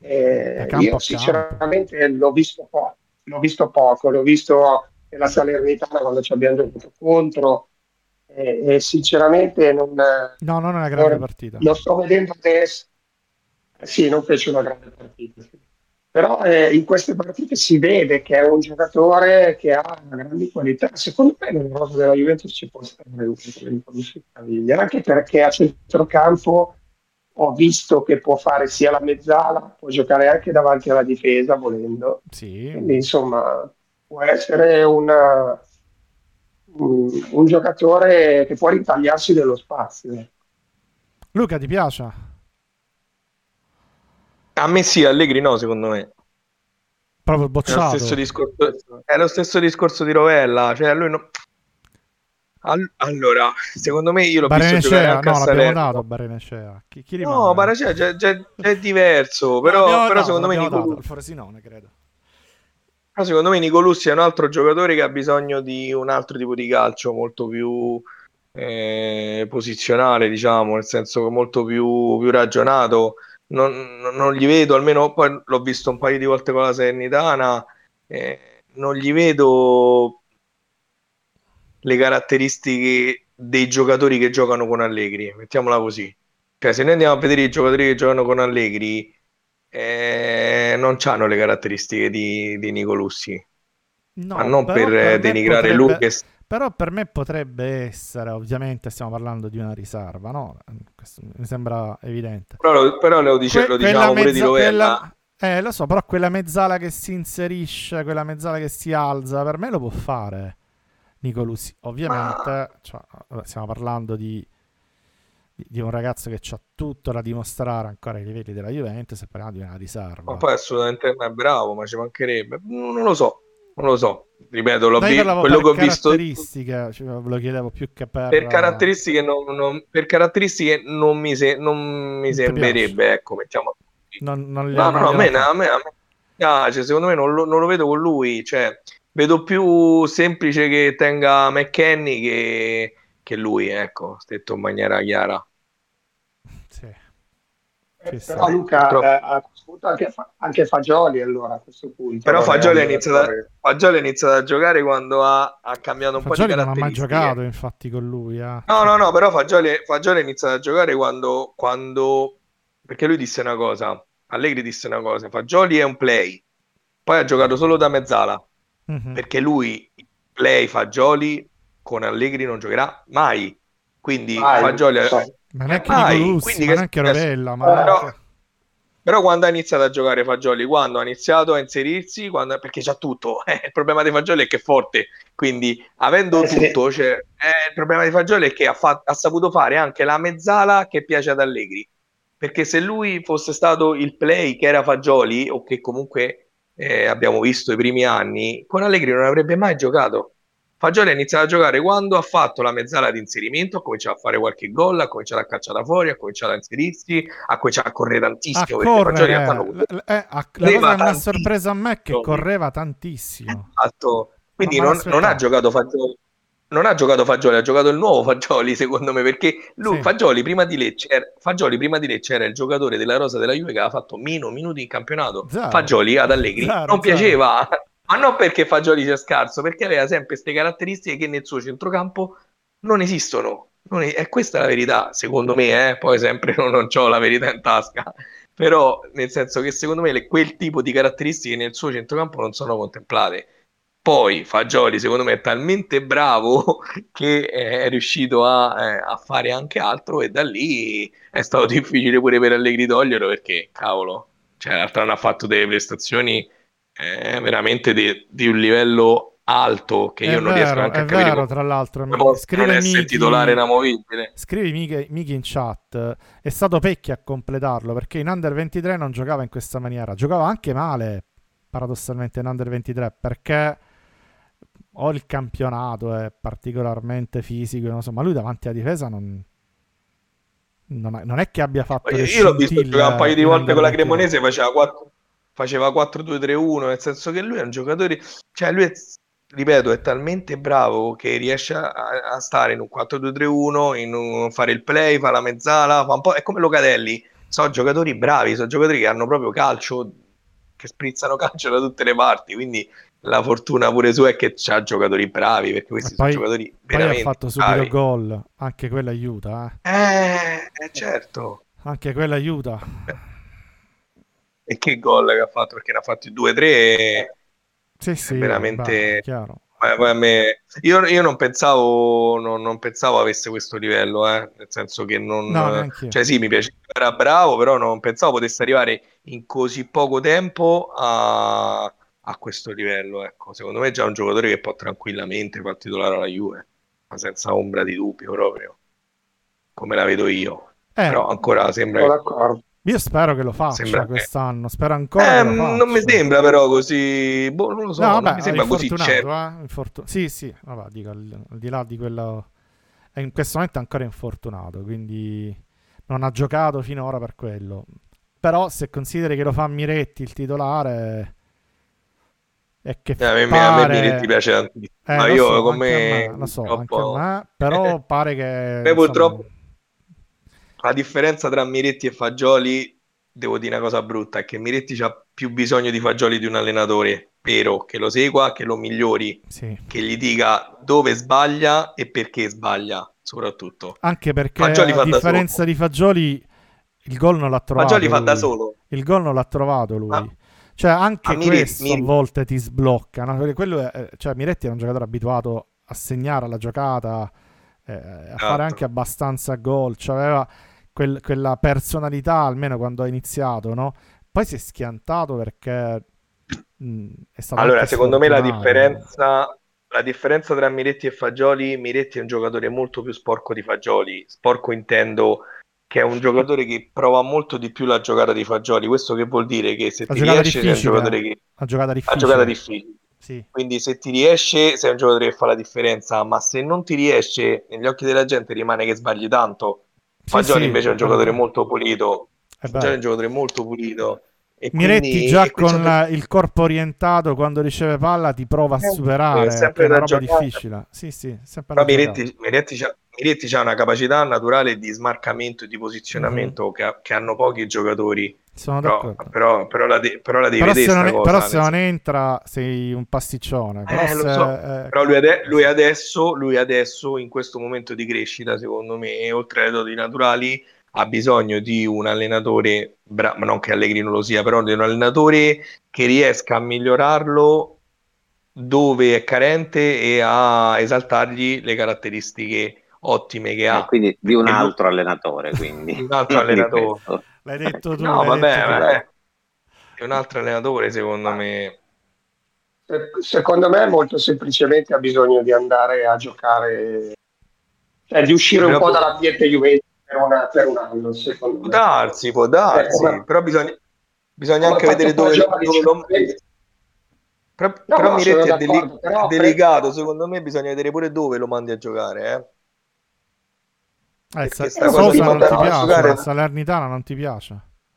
S2: Eh,
S1: campo
S2: io
S1: a
S2: sinceramente campo. l'ho visto poco, l'ho visto poco, l'ho visto nella Salernitana quando ci abbiamo giocato contro e, e sinceramente non,
S1: no, non è una grande
S2: non,
S1: partita.
S2: Lo sto vedendo adesso. Sì, non fece una grande partita, sì. Però eh, in queste partite si vede che è un giocatore che ha grandi qualità. Secondo me nel rosa della Juventus ci può stare un po' di caviglia, anche perché a centrocampo ho visto che può fare sia la mezzala, può giocare anche davanti alla difesa volendo.
S1: Sì.
S2: Quindi insomma può essere una, un, un giocatore che può ritagliarsi dello spazio.
S1: Luca, ti piace?
S3: A me sì, Allegri no, secondo me.
S1: Proprio bocciato.
S3: È lo stesso discorso, è lo stesso discorso di Rovella, cioè lui no... All- allora, secondo me io l'ho
S1: Barenecea,
S3: visto giocare anche
S1: no,
S3: a
S1: l'abbiamo
S3: Salerno.
S1: dato Barenecea. Chi, chi
S3: No, Barenecea già, già, già è diverso, però,
S1: no,
S3: però
S1: dato,
S3: secondo me Nicolù...
S1: il Frosinone, credo.
S3: Però secondo me Nicolussi è un altro giocatore che ha bisogno di un altro tipo di calcio molto più eh, posizionale, diciamo, nel senso che molto più, più ragionato. Non, non, non gli vedo, almeno poi l'ho visto un paio di volte con la Salernitana, eh, non gli vedo le caratteristiche dei giocatori che giocano con Allegri, mettiamola così. Cioè, se noi andiamo a vedere i giocatori che giocano con Allegri, eh, non hanno le caratteristiche di, di Nicolussi,
S1: no,
S3: ma non per,
S1: per
S3: denigrare
S1: potrebbe,
S3: lui. Che...
S1: Però per me potrebbe essere, ovviamente stiamo parlando di una riserva, no? Questo mi sembra evidente.
S3: Però, però lo, dice,
S1: que-
S3: lo diciamo pure
S1: mezza,
S3: di Rovella.
S1: Quella, eh, lo so, però quella mezzala che si inserisce, quella mezzala che si alza, per me lo può fare Nicolussi. Ovviamente, ma... cioè, stiamo parlando di, di, di un ragazzo che ha tutto da dimostrare ancora ai livelli della Juventus, e parliamo di una riserva.
S3: Ma poi assolutamente è bravo, ma ci mancherebbe. Non lo so, non lo so. Ripeto, l'ho
S1: Dai,
S3: vi- quello che ho visto...
S1: caratteristiche, cioè, ve lo chiedevo più che per...
S3: Per caratteristiche non, non, per caratteristiche non mi, se, non mi
S1: non
S3: sembrerebbe, ecco, mettiamo...
S1: Non, non
S3: no, no, no, a me, a me, a me piace, secondo me non lo, non lo vedo con lui, cioè, vedo più semplice che tenga McKennie che, che lui, ecco, detto in maniera chiara.
S1: Sì.
S2: Eh, però Luca eh, ha avuto anche, anche Fagioli allora a questo punto.
S3: Però Fagioli ha iniziato, Fagioli ha iniziato a giocare quando ha, ha cambiato un
S1: Fagioli
S3: po' di caratteristiche.
S1: non ha mai giocato infatti con lui. Eh.
S3: No, no, no, però Fagioli, Fagioli ha iniziato a giocare quando, quando... Perché lui disse una cosa, Allegri disse una cosa, Fagioli è un play, poi ha giocato solo da mezzala, mm-hmm. perché lui play Fagioli con Allegri non giocherà mai. Quindi mai, Fagioli...
S2: so.
S1: Ma neanche Nicolussi, ma neanche Rovella, ma
S3: però,
S1: neanche...
S3: però quando ha iniziato a giocare Fagioli, quando ha iniziato a inserirsi, quando, perché c'ha tutto, eh, il problema di Fagioli è che è forte, quindi avendo eh, tutto, sì. cioè, eh, il problema di Fagioli è che ha, fa- ha saputo fare anche la mezzala che piace ad Allegri, perché se lui fosse stato il play che era Fagioli, o che comunque eh, abbiamo visto i primi anni, con Allegri non avrebbe mai giocato. Fagioli ha iniziato a giocare quando ha fatto la mezzala di inserimento, ha cominciato a fare qualche gol, ha cominciato a cacciare da fuori, ha cominciato a inserirsi, ha cominciato a correre tantissimo.
S1: A correre, l- eh, a, la cosa che mi ha sorpreso a me è che correva tantissimo.
S3: Esatto, quindi non, non ha giocato Fagioli, non ha giocato Fagioli, ha giocato il nuovo Fagioli secondo me, perché lui, sì. Fagioli, prima di Lecce era, Fagioli prima di Lecce era il giocatore della rosa della Juve che aveva fatto meno minuti in campionato. Zaro. Fagioli ad Allegri Zaro, non Zaro. piaceva. Ma non perché Fagioli sia scarso, perché aveva sempre queste caratteristiche che nel suo centrocampo non esistono. Non è, e questa è la verità, secondo me, eh? Poi sempre non, non ho la verità in tasca. Però, nel senso che secondo me le, quel tipo di caratteristiche nel suo centrocampo non sono contemplate. Poi Fagioli, secondo me, è talmente bravo che è riuscito a, eh, a fare anche altro, e da lì è stato difficile pure per Allegri toglierlo, perché, cavolo, cioè, l'altro anno ha fatto delle prestazioni... è veramente di, di un livello alto che
S1: è
S3: io non
S1: vero,
S3: riesco neanche a capire.
S1: È vero, tra l'altro,
S3: non essere Michi, titolare inamovibile.
S1: Scrivi Michi, Michi in chat, è stato Pecchi a completarlo, perché in Under ventitré non giocava in questa maniera, giocava anche male paradossalmente in Under ventitré, perché o il campionato è particolarmente fisico, non so, ma lui davanti alla difesa non... Non, è, non è che abbia fatto
S3: io, io l'ho visto giocare un paio di volte con la Cremonese, faceva quattro faceva quattro due tre uno, nel senso che lui è un giocatore, cioè lui è, ripeto, è talmente bravo che riesce a, a stare in un quattro due tre uno, in un, fare il play, fa la mezzala, fa un po', è come Locatelli, sono giocatori bravi, sono giocatori che hanno proprio calcio, che sprizzano calcio da tutte le parti, quindi la fortuna pure sua è che c'ha giocatori bravi, perché questi
S1: E poi,
S3: sono giocatori
S1: poi ha
S3: veramente
S1: fatto subito
S3: bravi.
S1: gol, anche quello aiuta, eh.
S3: Eh, eh, certo.
S1: Anche quello aiuta.
S3: E che gol che ha fatto, perché ne ha fatti due tre,
S1: Sì,
S3: è
S1: sì, beh,
S3: veramente...
S1: chiaro.
S3: Poi- poi a me- Io, io non pensavo, non, non pensavo avesse questo livello, eh, nel senso che non...
S1: No, neanche io.
S3: Cioè sì, mi piaceva, era bravo, però non pensavo potesse arrivare in così poco tempo a, a questo livello, ecco. Secondo me è già un giocatore che può tranquillamente far titolare alla Juve, ma senza ombra di dubbio proprio, come la vedo io.
S1: Eh,
S3: Però ancora sembra
S2: Sono
S3: che...
S2: d'accordo.
S1: io spero che lo faccia
S3: Sembra che...
S1: quest'anno, spero ancora
S3: Eh,
S1: che lo
S3: non mi
S1: faccia.
S3: sembra però così, boh, non lo so,
S1: No,
S3: non
S1: vabbè,
S3: mi
S1: è
S3: sembra così
S1: infortunato,
S3: certo.
S1: eh? Infortu- sì, sì, vabbè, dico, al, al di là di quello... È in questo momento è ancora infortunato, quindi non ha giocato finora per quello. Però se consideri che lo fa Miretti il titolare e che
S3: Eh, a me, a me Miretti
S1: pare...
S3: piace tantissimo,
S1: Eh,
S3: ma
S1: lo
S3: io
S1: so,
S3: con
S1: anche a
S3: me
S1: me, lo so, anche a
S3: purtroppo...
S1: me, però pare che,
S3: Beh,
S1: insomma...
S3: purtroppo la differenza tra Miretti e Fagioli, devo dire una cosa brutta, è che Miretti ha più bisogno di Fagioli di un allenatore vero, che lo segua, che lo migliori,
S1: Sì.
S3: che gli dica dove sbaglia e perché sbaglia, soprattutto.
S1: Anche perché
S3: Fagioli
S1: a
S3: fa da
S1: differenza
S3: solo.
S1: di Fagioli il gol non l'ha
S3: Fagioli
S1: trovato
S3: fa da
S1: lui.
S3: solo.
S1: Il gol non l'ha trovato
S3: Ma,
S1: lui. Cioè anche
S3: ma Miretti,
S1: questo a
S3: Miretti,
S1: volte ti sblocca, no? Perché quello è, cioè Miretti è un giocatore abituato a segnare la giocata, eh, a fare anche
S3: esatto.
S1: abbastanza gol, cioè aveva quel- quella personalità almeno quando ha iniziato, no? Poi si è schiantato perché mh, è stato
S3: Allora,
S1: anche
S3: secondo me la
S1: sfortunato.
S3: differenza, la differenza tra Miretti e Fagioli, Miretti è un giocatore molto più sporco di Fagioli. Sporco intendo che è un giocatore che prova molto di più la giocata di Fagioli. Questo che vuol dire che se
S1: La
S3: ti
S1: giocata
S3: riesce sei un
S1: difficile,
S3: giocatore che
S1: la giocata
S3: ha giocata
S1: difficile,
S3: difficile.
S1: sì.
S3: Quindi se ti riesce sei un giocatore che fa la differenza, ma se non ti riesce, negli occhi della gente rimane che sbagli tanto.
S1: Sì,
S3: Fagioli
S1: sì,
S3: invece è un
S1: quello
S3: giocatore
S1: fa.
S3: molto pulito.
S1: È
S3: Fagioli è
S1: vero.
S3: un giocatore molto pulito. E
S1: Miretti
S3: quindi,
S1: già
S3: e quindi
S1: con
S3: sono due-
S1: la- il corpo orientato quando riceve palla ti prova a
S3: è
S1: superare, che è
S3: sempre
S1: una
S3: da
S1: roba
S3: giocare.
S1: difficile. Sì, sì, sempre da
S3: Però
S1: giocare.
S3: Miretti, Miretti c'ha, Miretti c'ha una capacità naturale di smarcamento e di
S1: Mhm.
S3: posizionamento che, ha- che hanno pochi giocatori.
S1: Sono
S3: Però,
S1: d'accordo.
S3: però, però la, de- però la devi
S1: Però
S3: vedere
S1: se non,
S3: sta
S1: è- però
S3: cosa.
S1: se
S3: Nel
S1: non
S3: senso-
S1: entra sei un pasticcione. Però
S3: Eh, lo
S1: se...
S3: so.
S1: eh,
S3: Però lui, ade- lui
S1: sì.
S3: adesso, lui adesso, in questo momento di crescita, secondo me, oltre alle doti naturali, ha bisogno di un allenatore, bra- ma non che Allegri non lo sia, però di un allenatore che riesca a migliorarlo dove è carente e a esaltargli le caratteristiche ottime che
S4: Eh,
S3: ha,
S4: quindi di un
S3: perché lui
S4: altro allenatore, quindi
S3: di un altro
S4: non di
S3: allenatore.
S4: questo.
S1: L'hai detto tu,
S3: No,
S1: l'hai detto
S3: vabbè,
S1: tu.
S3: ma è,
S4: Esatto.
S3: è un altro allenatore, secondo me.
S2: Se- Secondo me molto semplicemente ha bisogno di andare a giocare, cioè di uscire un
S3: Però
S2: po'
S3: può,
S2: dall'ambiente Juventus per, una- per un anno, secondo
S3: può
S2: me.
S3: darsi, può
S2: Eh,
S3: darsi,
S2: come,
S3: però bisogna, bisogna
S2: come ha
S3: anche
S2: fatto
S3: vedere dove,
S2: Fagioli,
S3: dove lo...
S2: diciamo.
S3: Però,
S2: No,
S3: però
S2: no, sono
S3: Miretti è, deli-
S2: d'accordo,
S3: è
S2: però pre-
S3: delicato, secondo me bisogna vedere pure dove lo mandi a giocare, eh?
S1: Eh,
S3: Perché
S1: Sa-
S3: sta
S2: io
S3: cosa di
S1: Sousa
S2: capito,
S1: non ti
S3: mandarlo
S2: però
S3: a
S1: piace, la
S3: giocare...
S1: Salernitana non ti piace.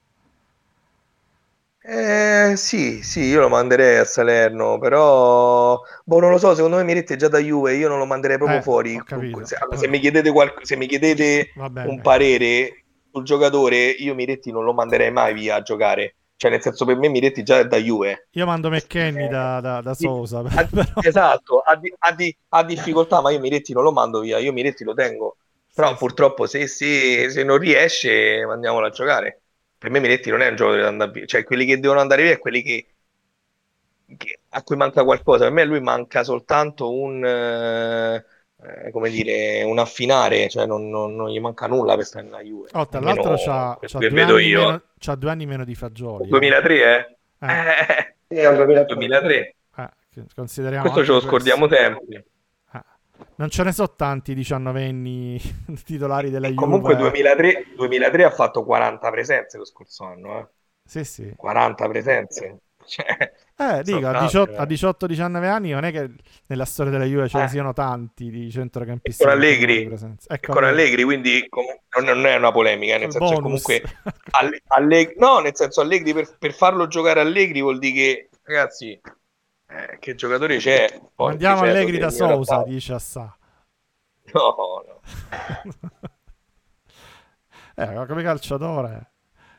S3: Eh, sì, sì, io lo manderei a Salerno, però boh, non lo so, secondo me Miretti è già da Juve, io non lo manderei proprio
S1: Eh,
S3: fuori.
S1: ho capito.
S3: Se, allora,
S1: Poi-
S3: se mi chiedete qual- se mi chiedete
S1: Va
S3: un
S1: bene.
S3: parere sul giocatore, io Miretti non lo manderei mai via a giocare. Cioè, nel senso, per me Miretti già è da Juve.
S1: Io mando McKenny
S3: Eh,
S1: da, da, da
S3: sì,
S1: Sousa,
S3: ha-
S1: però...
S3: esatto, ha, di- ha di- ha difficoltà, ma io Miretti non lo mando via, io Miretti lo tengo.
S1: Sì,
S3: Però
S1: sì.
S3: purtroppo se, se- se non riesce, mandiamolo a giocare. Per me Miretti non è un giocatore da andare via, cioè quelli che devono andare via è quelli che, che- a cui manca qualcosa. Per me a lui manca soltanto un, eh, eh, come dire, un affinare, cioè non, non- non gli manca nulla per stare nella Juve,
S1: Oh, tra l'altro
S3: almeno
S1: c'ha,
S3: questo
S1: c'ha
S3: che
S1: due
S3: vedo
S1: anni
S3: io.
S1: meno, c'ha due anni meno di Fagioli, eh.
S3: duemilatré, eh?
S1: Eh,
S3: Eh,
S2: sì, è un duemilatré.
S3: duemilatré.
S1: eh, che- consideriamo
S3: Questo ce
S1: anche
S3: lo
S1: questo.
S3: scordiamo sempre.
S1: Eh, non ce ne so tanti diciannovenni titolari della
S3: E comunque
S1: Juve.
S3: duemilatré, duemilatré ha fatto quaranta presenze lo scorso anno, eh?
S1: Sì, sì.
S3: quaranta presenze. Cioè,
S1: Eh, dico,
S3: sono
S1: a
S3: tante,
S1: diciotto, a
S3: eh.
S1: diciotto diciannove anni non è che nella storia della Juve ce ne
S3: Eh.
S1: siano tanti di centrocampisti
S3: Con
S1: con quel numero di
S3: Allegri,
S1: presenze.
S3: e
S1: Ecco,
S3: con
S1: Allegri.
S3: Allegri, quindi com- non, non è una polemica, nel
S1: Col
S3: senso che
S1: bonus.
S3: comunque Alle- Allegri, no, nel senso Allegri per, per farlo giocare Allegri vuol dire che, ragazzi, eh, che giocatore c'è? Poi
S1: Mandiamo
S3: ripeto,
S1: Allegri
S3: del
S1: da
S3: mio
S1: Sousa,
S3: rapporto-
S1: dice Assà.
S3: No, no.
S1: Eh, come calciatore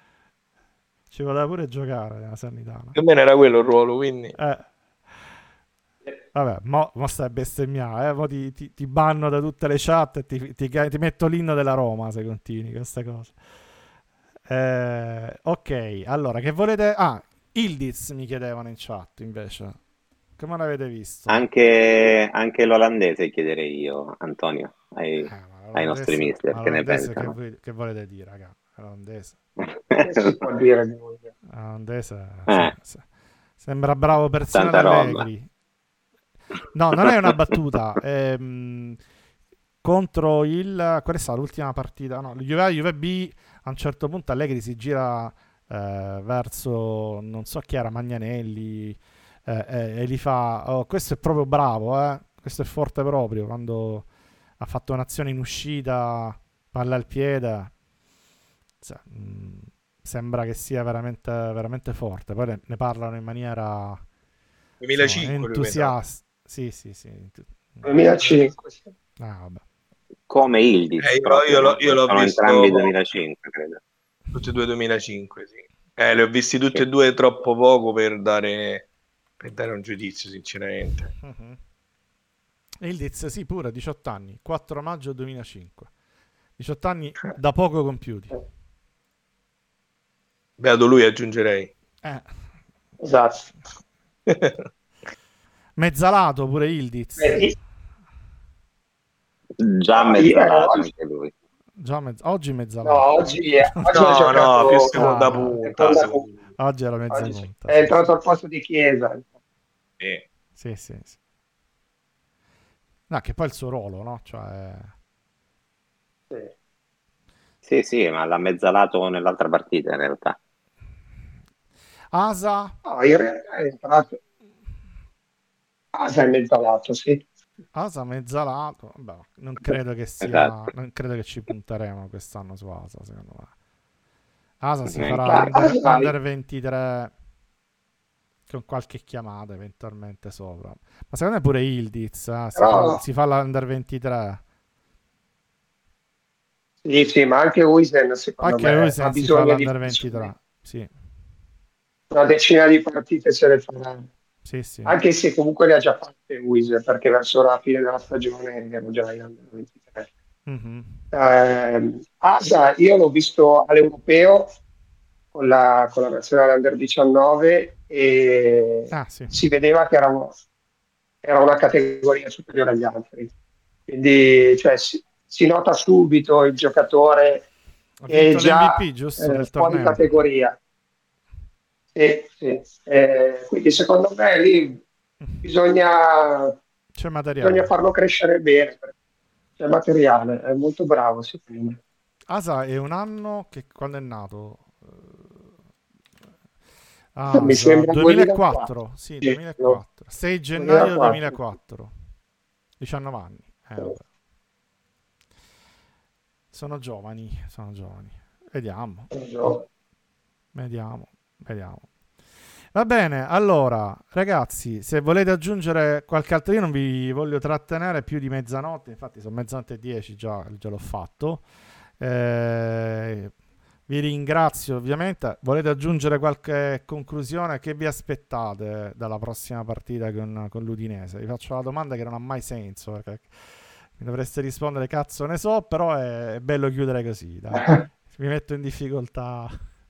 S1: ci poteva pure giocare nella Salernitana.
S3: Più o meno era quello il ruolo, quindi...
S1: Eh. Vabbè, mo, mo stai a bestemmiare, eh? Mo ti, ti, ti banno da tutte le chat e ti, ti, ti metto l'inno della Roma se continui questa cosa. Eh, ok, allora, che volete... Ah, Ildiz mi chiedevano in chat invece. Come l'avete visto?
S4: Anche, anche l'olandese chiederei io, Antonio, ai,
S1: Eh, ma
S4: ai nostri mister, che ne
S1: l'olandese
S4: pensano?
S1: Che, voi- che volete dire, raga? L'olandese.
S2: Che si può dire di voi?
S1: L'olandese
S4: Eh.
S1: se- se- sembra bravo persino
S4: Tanta roba.
S1: Allegri. No, non è una battuta. Ehm, contro il... Qual è stata l'ultima partita? No, Juve A, Juve B, a un certo punto Allegri si gira eh, verso, non so chi era, Magnanelli, eh, eh, e gli fa, oh, questo è proprio bravo, eh? Questo è forte proprio, quando ha fatto un'azione in uscita, palla al piede, cioè, mh, sembra che sia veramente, veramente forte. Poi ne, ne parlano in maniera
S3: duemilacinque
S1: insomma,
S3: lui,
S1: entusiasta. Sì, sì, sì.
S2: duemilacinque, sì.
S1: Ah, vabbè.
S4: Come Ildiz,
S3: Eh, io,
S4: proprio,
S3: io l'ho,
S4: no?
S3: io l'ho
S4: Sono
S3: visto
S4: entrambi duemilacinque, credo.
S3: tutti e due duemilacinque, sì. Eh, li ho visti tutti e due troppo poco per dare, per dare un giudizio, sinceramente.
S1: Uh-huh. Ildiz, sì, pure, diciotto anni, quattro maggio duemilacinque. diciotto anni da poco compiuti.
S3: Beato lui, aggiungerei.
S1: Eh.
S2: Esatto.
S1: Mezzalato pure Ildiz.
S2: Beh,
S4: Già
S2: No,
S4: mezzalato
S2: io-
S4: anche lui.
S1: Già mezz- oggi
S2: no,
S1: mezzalato.
S2: oggi, oggi ha
S3: No,
S2: giocato
S3: no, più seconda
S1: Ah,
S3: punta.
S2: seconda
S3: seconda-
S2: punta.
S1: Oggi era mezza
S2: Oggi
S1: punta.
S2: è
S1: sì,
S2: entrato al posto di Chiesa.
S3: eh.
S1: sì, sì, sì. No, che poi è il suo ruolo, no? Cioè...
S2: Sì.
S4: Sì, sì, ma l'ha mezzalato nell'altra partita in realtà.
S1: Asa,
S2: No, in realtà è entrato. Ah, sei mezzalato, sì.
S1: Asa mezzalato. Vabbè, non credo che sia...
S4: Esatto.
S1: Non credo che ci punteremo quest'anno su Asa, secondo me. Asa si
S4: Eh,
S1: farà
S2: Ma
S1: under,
S2: Asa-
S1: under ventitré con qualche chiamata eventualmente sopra. Ma secondo me pure Ildiz eh, si,
S2: Però-
S1: fa, si fa l'under ventitré.
S2: Sì, sì, ma anche Uisen secondo
S1: Anche
S2: me
S1: lui
S2: ha
S1: se si fa
S2: bisogno di
S1: l'under ventitré. Sì,
S2: una decina di partite se le farà.
S1: sì, sì.
S2: Anche se comunque le ha già fatte Uisen, perché verso la fine della stagione ero già in under ventitré.
S1: Mhm.
S2: Eh, Asa, io l'ho visto all'Europeo con la, con la nazionale under diciannove e
S1: Ah, sì.
S2: si vedeva che era, uno- era una categoria superiore agli altri. Quindi cioè, si, si nota subito il giocatore
S1: Ha
S2: che è
S1: vinto
S2: già
S1: l'M V P, giusto,
S2: eh,
S1: del
S2: fuori
S1: torneo.
S2: categoria. Sì, sì. Eh, quindi secondo me lì bisogna,
S1: C'è materiale.
S2: bisogna farlo crescere bene. perché C'è materiale, è molto bravo, secondo me.
S1: Asa è un anno che quando è nato?
S2: Mi
S1: Asa,
S2: sembra
S1: duemilaquattro. Sì,
S2: Sì,
S1: duemilaquattro. sei gennaio
S2: duemilaquattro.
S1: duemilaquattro. diciannove anni. Eh, vabbè. Sono giovani, sono giovani. Vediamo,
S2: No.
S1: vediamo, vediamo. Va bene, allora, ragazzi, se volete aggiungere qualche altro, io non vi voglio trattenere più di mezzanotte, infatti sono mezzanotte e dieci, già, già l'ho fatto. Eh, vi ringrazio ovviamente. Volete aggiungere qualche conclusione? Che vi aspettate dalla prossima partita con, con l'Udinese? Vi faccio la domanda che non ha mai senso, perché mi dovreste rispondere cazzo ne so, però è, è bello chiudere così, dai. Mi metto in difficoltà.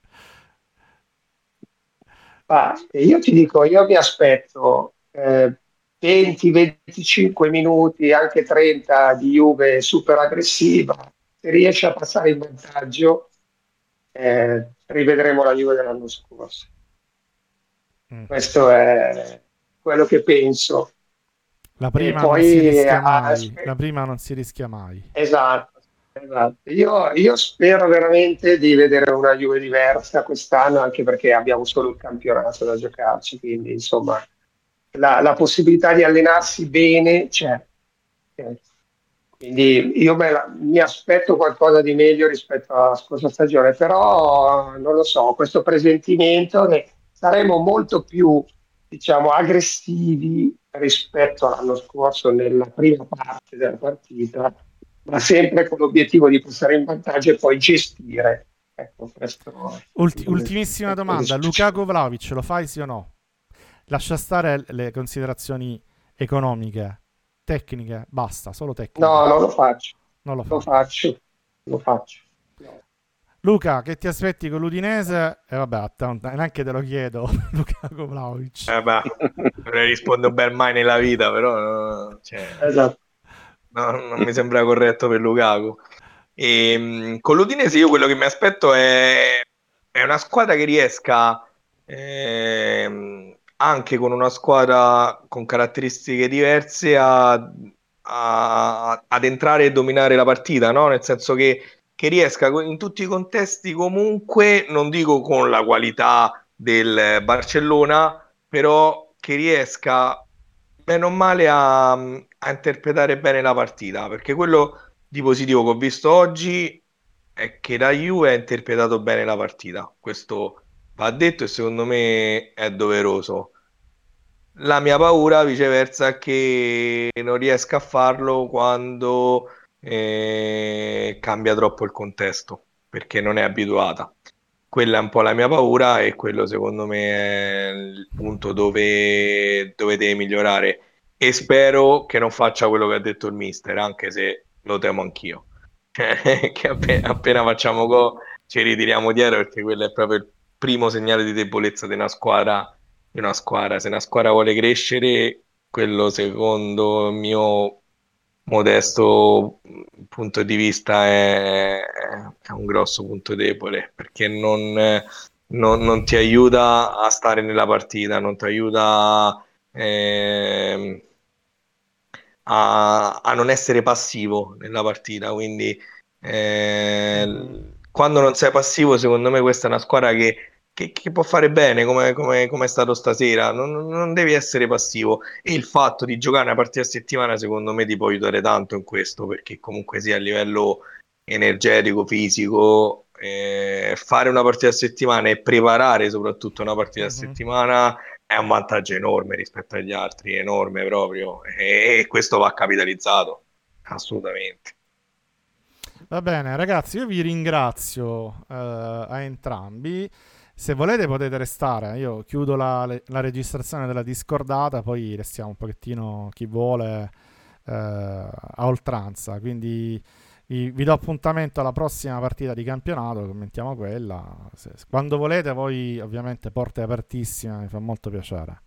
S2: Ah, io ti dico, io mi aspetto eh, venti venticinque minuti, anche trenta di Juve super aggressiva. Se riesce a passare in vantaggio, eh, rivedremo la Juve dell'anno scorso.
S1: Mm.
S2: Questo è quello che penso.
S1: La prima
S2: E
S1: non
S2: poi,
S1: si rischia
S2: ah,
S1: mai.
S2: aspe-
S1: La prima non si rischia mai.
S2: Esatto, esatto. Io, io spero veramente di vedere una Juve diversa quest'anno, anche perché abbiamo solo il campionato da giocarci, quindi insomma la, la possibilità di allenarsi bene c'è. Eh, Quindi io me la- mi aspetto qualcosa di meglio rispetto alla scorsa stagione, però non lo so, questo presentimento che saremo molto più, diciamo, aggressivi rispetto all'anno scorso nella prima parte della partita, ma sempre con l'obiettivo di passare in vantaggio e poi gestire ecco, questo...
S1: Ulti- ultimissima domanda, Lukaku Vlahovic lo fai sì o no? Lascia stare le considerazioni economiche, tecniche, basta, solo tecniche.
S2: No, non lo faccio.
S1: Non lo,
S2: lo faccio, lo faccio. No.
S1: Luca, che ti aspetti con l'Udinese? E eh, vabbè, neanche te lo chiedo, Lukaku Vlahovic.
S3: Eh beh, non rispondo ben mai nella vita, però cioè,
S2: esatto.
S3: no, non mi sembra corretto per Lukaku. E, con l'Udinese io quello che mi aspetto è, è una squadra che riesca eh, anche con una squadra con caratteristiche diverse a, a, ad entrare e dominare la partita, no? Nel senso che, che riesca in tutti i contesti comunque, non dico con la qualità del Barcellona, però che riesca bene o male a, a interpretare bene la partita, perché quello di positivo che ho visto oggi è che la Juve ha interpretato bene la partita, questo va detto e secondo me è doveroso. La mia paura viceversa è che non riesca a farlo quando eh, cambia troppo il contesto, perché non è abituata. Quella è un po' la mia paura e quello secondo me è il punto dove, dove deve migliorare, e spero che non faccia quello che ha detto il mister, anche se lo temo anch'io. Che appena, appena facciamo gol ci ritiriamo dietro, perché quello è proprio il primo segnale di debolezza di una squadra, di una squadra. Se una squadra vuole crescere, quello secondo il mio modesto punto di vista è, è un grosso punto debole, perché non, non, non ti aiuta a stare nella partita, non ti aiuta eh, a, a non essere passivo nella partita, quindi eh, quando non sei passivo, secondo me questa è una squadra che, che, che può fare bene, come, come, come è stato stasera. Non, non devi essere passivo, e il fatto di giocare una partita a settimana secondo me ti può aiutare tanto in questo, perché comunque sia a livello energetico, fisico, eh, fare una partita a settimana e preparare soprattutto una partita a
S1: Mhm.
S3: settimana è un vantaggio enorme rispetto agli altri, enorme proprio, e, e questo va capitalizzato assolutamente.
S1: Va bene, ragazzi, io vi ringrazio eh, a entrambi. Se volete potete restare, io chiudo la, la registrazione della discordata, poi restiamo un pochettino chi vuole eh, a oltranza, quindi vi, vi do appuntamento alla prossima partita di campionato, commentiamo quella. Se, quando volete voi, ovviamente, porte apertissime, mi fa molto piacere.